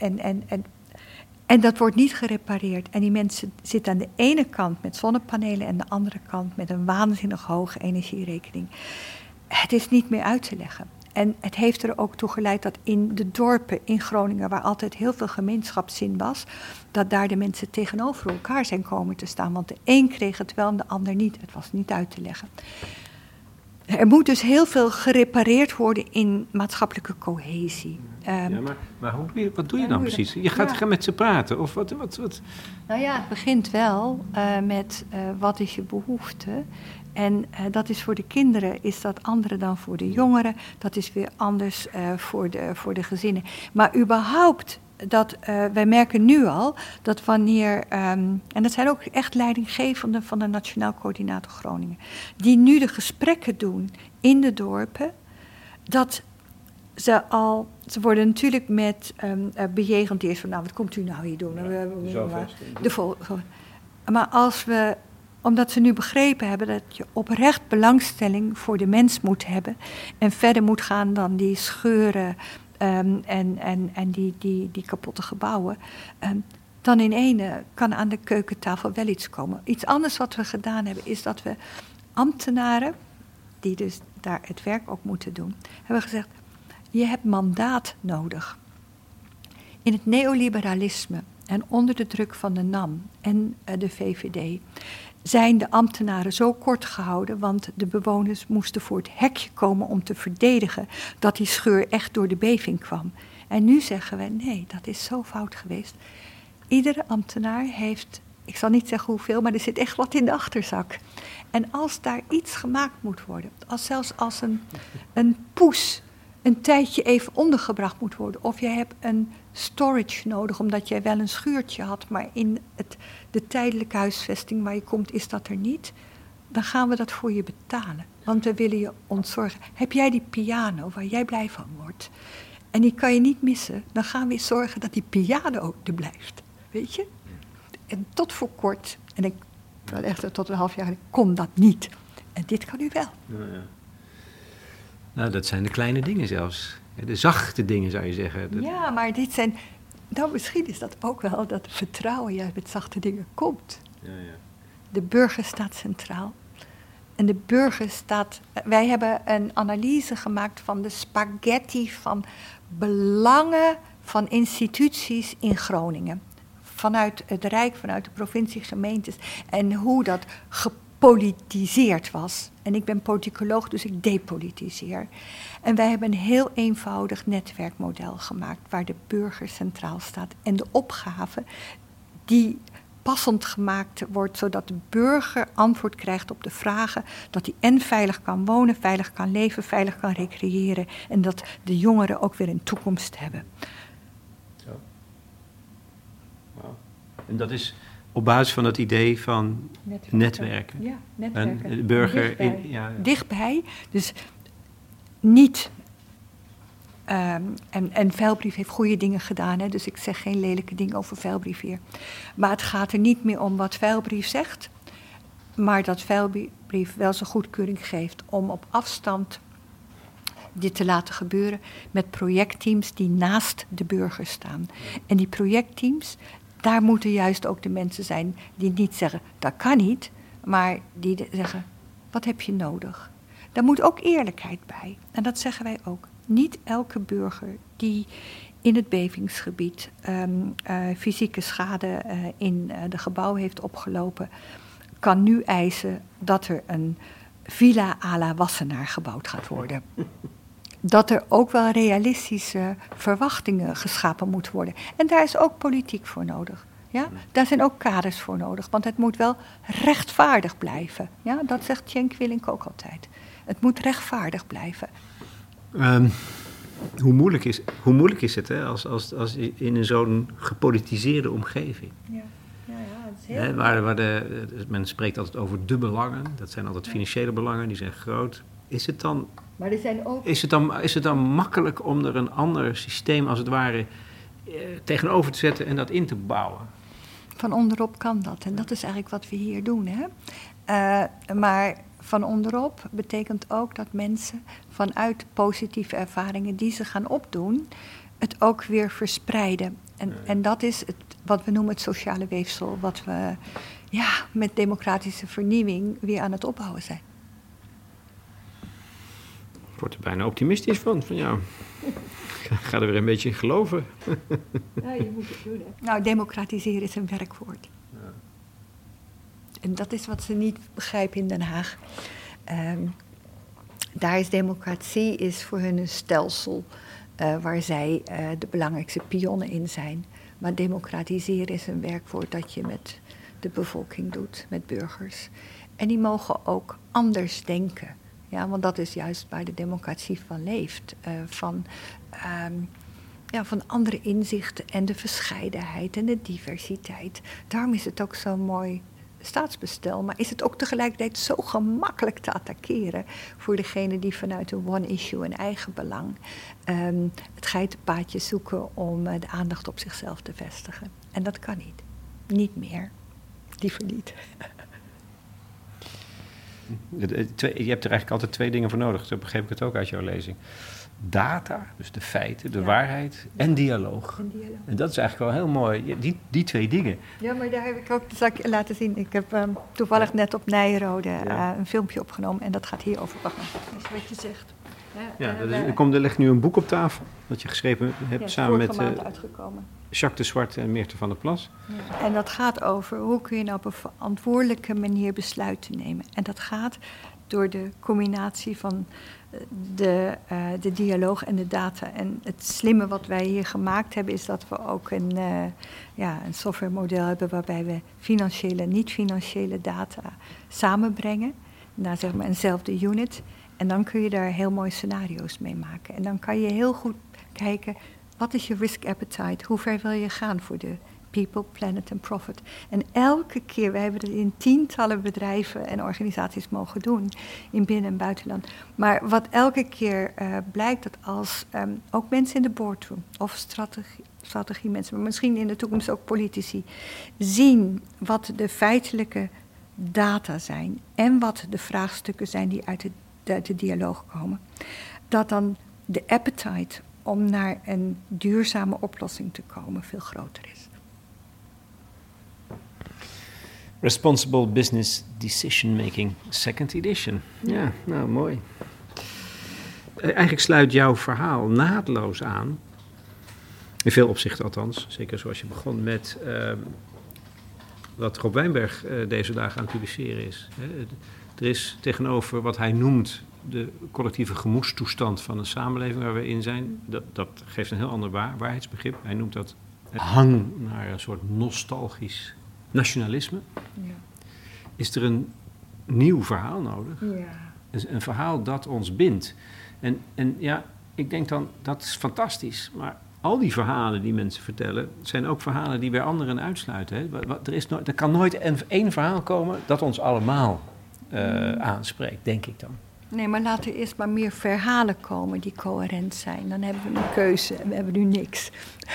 En dat wordt niet gerepareerd. En die mensen zitten aan de ene kant met zonnepanelen en de andere kant met een waanzinnig hoge energierekening. Het is niet meer uit te leggen. En het heeft er ook toe geleid dat in de dorpen in Groningen, waar altijd heel veel gemeenschapszin was, dat daar de mensen tegenover elkaar zijn komen te staan. Want de een kreeg het wel en de ander niet. Het was niet uit te leggen. Er moet dus heel veel gerepareerd worden in maatschappelijke cohesie. Maar wat doe je dan precies? Je gaat met ze praten? Of wat? Nou ja, het begint wel met wat is je behoefte. En dat is voor de kinderen, is dat andere dan voor de jongeren. Dat is weer anders voor de gezinnen. Maar überhaupt, wij merken nu al dat wanneer, en dat zijn ook echt leidinggevenden van de Nationaal Coördinator Groningen, die nu de gesprekken doen in de dorpen, dat ze worden natuurlijk met bejegend eerst van, nou, wat komt u nou hier doen? Maar omdat ze nu begrepen hebben dat je oprecht belangstelling voor de mens moet hebben en verder moet gaan dan die scheuren en die kapotte gebouwen, dan in ene kan aan de keukentafel wel iets komen. Iets anders wat we gedaan hebben, is dat we ambtenaren, die dus daar het werk ook moeten doen, hebben gezegd, je hebt mandaat nodig. In het neoliberalisme en onder de druk van de NAM en de VVD zijn de ambtenaren zo kort gehouden, want de bewoners moesten voor het hekje komen om te verdedigen dat die scheur echt door de beving kwam. En nu zeggen we, nee, dat is zo fout geweest. Iedere ambtenaar heeft, ik zal niet zeggen hoeveel, maar er zit echt wat in de achterzak. En als daar iets gemaakt moet worden, zelfs als een poes een tijdje even ondergebracht moet worden, of je hebt een storage nodig, omdat jij wel een schuurtje had, maar in de tijdelijke huisvesting waar je komt is dat er niet, dan gaan we dat voor je betalen. Want we willen je ontzorgen. Heb jij die piano waar jij blij van wordt, en die kan je niet missen, dan gaan we zorgen dat die piano ook er blijft. Weet je? En tot voor kort, en ik echt tot een half jaar, kon dat niet. En dit kan u wel. Ja. Nou, dat zijn de kleine dingen zelfs. De zachte dingen zou je zeggen. Ja, maar dit zijn, nou misschien is dat ook wel dat vertrouwen juist met zachte dingen komt. Ja. De burger staat centraal. En de burger staat, wij hebben een analyse gemaakt van de spaghetti van belangen van instituties in Groningen. Vanuit het Rijk, vanuit de provincie, gemeentes. En hoe dat gepolitiseerd was. En ik ben politicoloog, dus ik depolitiseer. En wij hebben een heel eenvoudig netwerkmodel gemaakt waar de burger centraal staat. En de opgave die passend gemaakt wordt, zodat de burger antwoord krijgt op de vragen, dat hij en veilig kan wonen, veilig kan leven, veilig kan recreëren. En dat de jongeren ook weer een toekomst hebben. Zo. Wow. En dat is op basis van het idee van netwerken. Ja, netwerken. En de burger dichtbij. Dichtbij, dus niet. En Veilbrief heeft goede dingen gedaan, hè, dus ik zeg geen lelijke dingen over Veilbrief hier. Maar het gaat er niet meer om wat Veilbrief zegt, maar dat Veilbrief wel zijn goedkeuring geeft om op afstand dit te laten gebeuren met projectteams die naast de burger staan. En die projectteams, daar moeten juist ook de mensen zijn die niet zeggen, dat kan niet, maar die zeggen, wat heb je nodig? Daar moet ook eerlijkheid bij. En dat zeggen wij ook. Niet elke burger die in het bevingsgebied fysieke schade in de gebouw heeft opgelopen, kan nu eisen dat er een villa à la Wassenaar gebouwd gaat worden. Dat er ook wel realistische verwachtingen geschapen moeten worden. En daar is ook politiek voor nodig. Ja? Daar zijn ook kaders voor nodig, want het moet wel rechtvaardig blijven. Ja? Dat zegt Cenk Willink ook altijd. Het moet rechtvaardig blijven. Hoe moeilijk is het hè, als in zo'n gepolitiseerde omgeving? Ja, het is heel men spreekt altijd over de belangen. Dat zijn altijd financiële belangen, die zijn groot. Is het dan, maar er zijn ook... is het dan makkelijk om er een ander systeem als het ware tegenover te zetten en dat in te bouwen? Van onderop kan dat. En dat is eigenlijk wat we hier doen. Hè? Maar van onderop betekent ook dat mensen vanuit positieve ervaringen die ze gaan opdoen, het ook weer verspreiden. En dat is wat we noemen het sociale weefsel, wat we met democratische vernieuwing weer aan het opbouwen zijn. Ik word er bijna optimistisch van jou. Ga er weer een beetje in geloven. Ja, je moet het doen. Hè? Nou, democratiseren is een werkwoord. Ja. En dat is wat ze niet begrijpen in Den Haag. Daar is democratie is voor hun een stelsel waar zij de belangrijkste pionnen in zijn. Maar democratiseren is een werkwoord dat je met de bevolking doet, met burgers. En die mogen ook anders denken. Ja, want dat is juist waar de democratie van leeft. Van andere inzichten en de verscheidenheid en de diversiteit. Daarom is het ook zo'n mooi staatsbestel. Maar is het ook tegelijkertijd zo gemakkelijk te attackeren voor degene die vanuit een one issue, een eigen belang, het geitenpaadje zoeken om de aandacht op zichzelf te vestigen. En dat kan niet. Niet meer. Liever niet. Je hebt er eigenlijk altijd 2 dingen voor nodig. Zo begreep ik het ook uit jouw lezing. Data, dus de feiten, de waarheid en dialoog. En dat is eigenlijk wel heel mooi. Die 2 dingen. Ja, maar daar heb ik ook, dat zal ik laten zien. Ik heb toevallig net op Nijenrode een filmpje opgenomen. En dat gaat hierover. Wacht maar, dat is wat je zegt. Er ligt nu een boek op tafel. Dat je geschreven hebt samen met uitgekomen. Jacques de Zwart en Meerte van der Plas. Ja. En dat gaat over hoe kun je nou op een verantwoordelijke manier besluiten nemen. En dat gaat door de combinatie van de dialoog en de data. En het slimme wat wij hier gemaakt hebben is dat we ook een softwaremodel hebben waarbij we financiële en niet-financiële data samenbrengen naar zeg maar eenzelfde unit. En dan kun je daar heel mooie scenario's mee maken. En dan kan je heel goed kijken, wat is je risk appetite? Hoe ver wil je gaan voor de people, planet en profit? En elke keer, we hebben het in tientallen bedrijven en organisaties mogen doen, in binnen- en buitenland. Maar wat elke keer blijkt, dat als ook mensen in de boardroom, of strategie mensen, maar misschien in de toekomst ook politici, zien wat de feitelijke data zijn en wat de vraagstukken zijn die uit de dialoog komen, dat dan de appetite om naar een duurzame oplossing te komen veel groter is. Responsible Business Decision Making, second edition. Ja, nou mooi. Eigenlijk sluit jouw verhaal naadloos aan, in veel opzichten althans, zeker zoals je begon met wat Rob Wijnberg deze dagen aan het publiceren is. Er is tegenover wat hij noemt de collectieve gemoedstoestand van een samenleving waar we in zijn, dat geeft een heel ander waarheidsbegrip. Hij noemt dat hang naar een soort nostalgisch nationalisme. Ja. Is er een nieuw verhaal nodig? Ja. Een verhaal dat ons bindt. En ja, ik denk dan, dat is fantastisch. Maar al die verhalen die mensen vertellen, zijn ook verhalen die weer anderen uitsluiten. Hè? Er kan nooit één verhaal komen dat ons allemaal aanspreekt, denk ik dan. Nee, maar laten er eerst maar meer verhalen komen die coherent zijn. Dan hebben we een keuze en we hebben nu niks.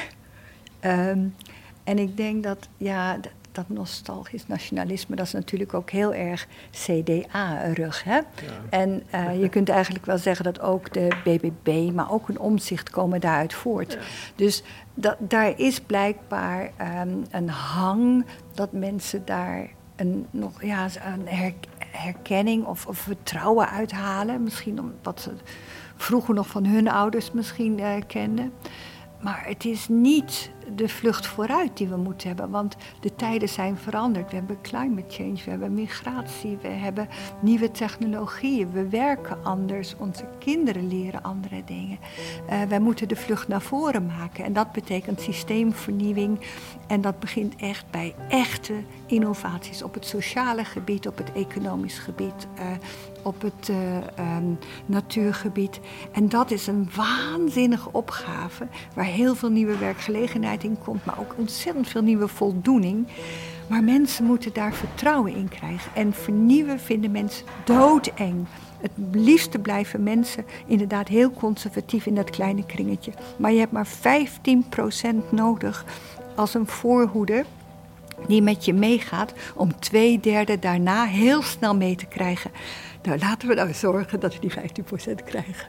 En ik denk dat, dat nostalgisch nationalisme, dat is natuurlijk ook heel erg CDA-rug. Hè? Ja. En je kunt eigenlijk wel zeggen dat ook de BBB, maar ook een Omtzigt komen daaruit voort. Ja. Dus daar is blijkbaar een hang dat mensen daar een herkenning of vertrouwen uithalen. Misschien wat ze vroeger nog van hun ouders misschien kenden. Maar het is niet de vlucht vooruit die we moeten hebben. Want de tijden zijn veranderd. We hebben climate change, we hebben migratie, we hebben nieuwe technologieën. We werken anders, onze kinderen leren andere dingen. Wij moeten de vlucht naar voren maken. En dat betekent systeemvernieuwing. En dat begint echt bij echte innovaties op het sociale gebied, op het economisch gebied, op het natuurgebied. En dat is een waanzinnige opgave waar heel veel nieuwe werkgelegenheid in komt, maar ook ontzettend veel nieuwe voldoening. Maar mensen moeten daar vertrouwen in krijgen. En vernieuwen vinden mensen doodeng. Het liefste blijven mensen inderdaad heel conservatief in dat kleine kringetje. Maar je hebt maar 15% nodig als een voorhoede die met je meegaat om 2/3 daarna heel snel mee te krijgen. Nou, laten we nou zorgen dat we die 15% krijgen.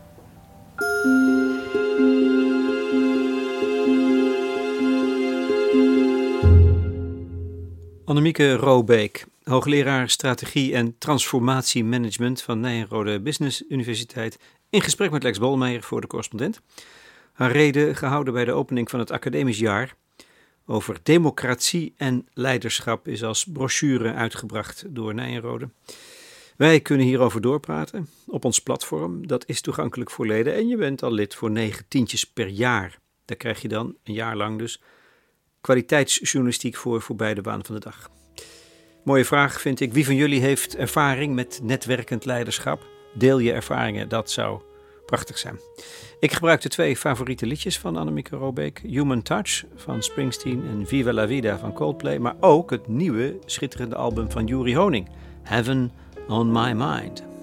Annemieke Robeek, hoogleraar strategie en transformatiemanagement van Nijenrode Business Universiteit, in gesprek met Lex Bolmeijer voor de Correspondent. Haar reden gehouden bij de opening van het academisch jaar over democratie en leiderschap is als brochure uitgebracht door Nijenrode. Wij kunnen hierover doorpraten op ons platform. Dat is toegankelijk voor leden en je bent al lid voor 9 tientjes per jaar. Daar krijg je dan een jaar lang dus kwaliteitsjournalistiek voor beide banen van de dag. Mooie vraag vind ik. Wie van jullie heeft ervaring met netwerkend leiderschap? Deel je ervaringen, dat zou prachtig zijn. Ik gebruik de 2 favoriete liedjes van Annemieke Robeek. Human Touch van Springsteen en Viva la Vida van Coldplay. Maar ook het nieuwe schitterende album van Juri Honing, Heaven on My Mind.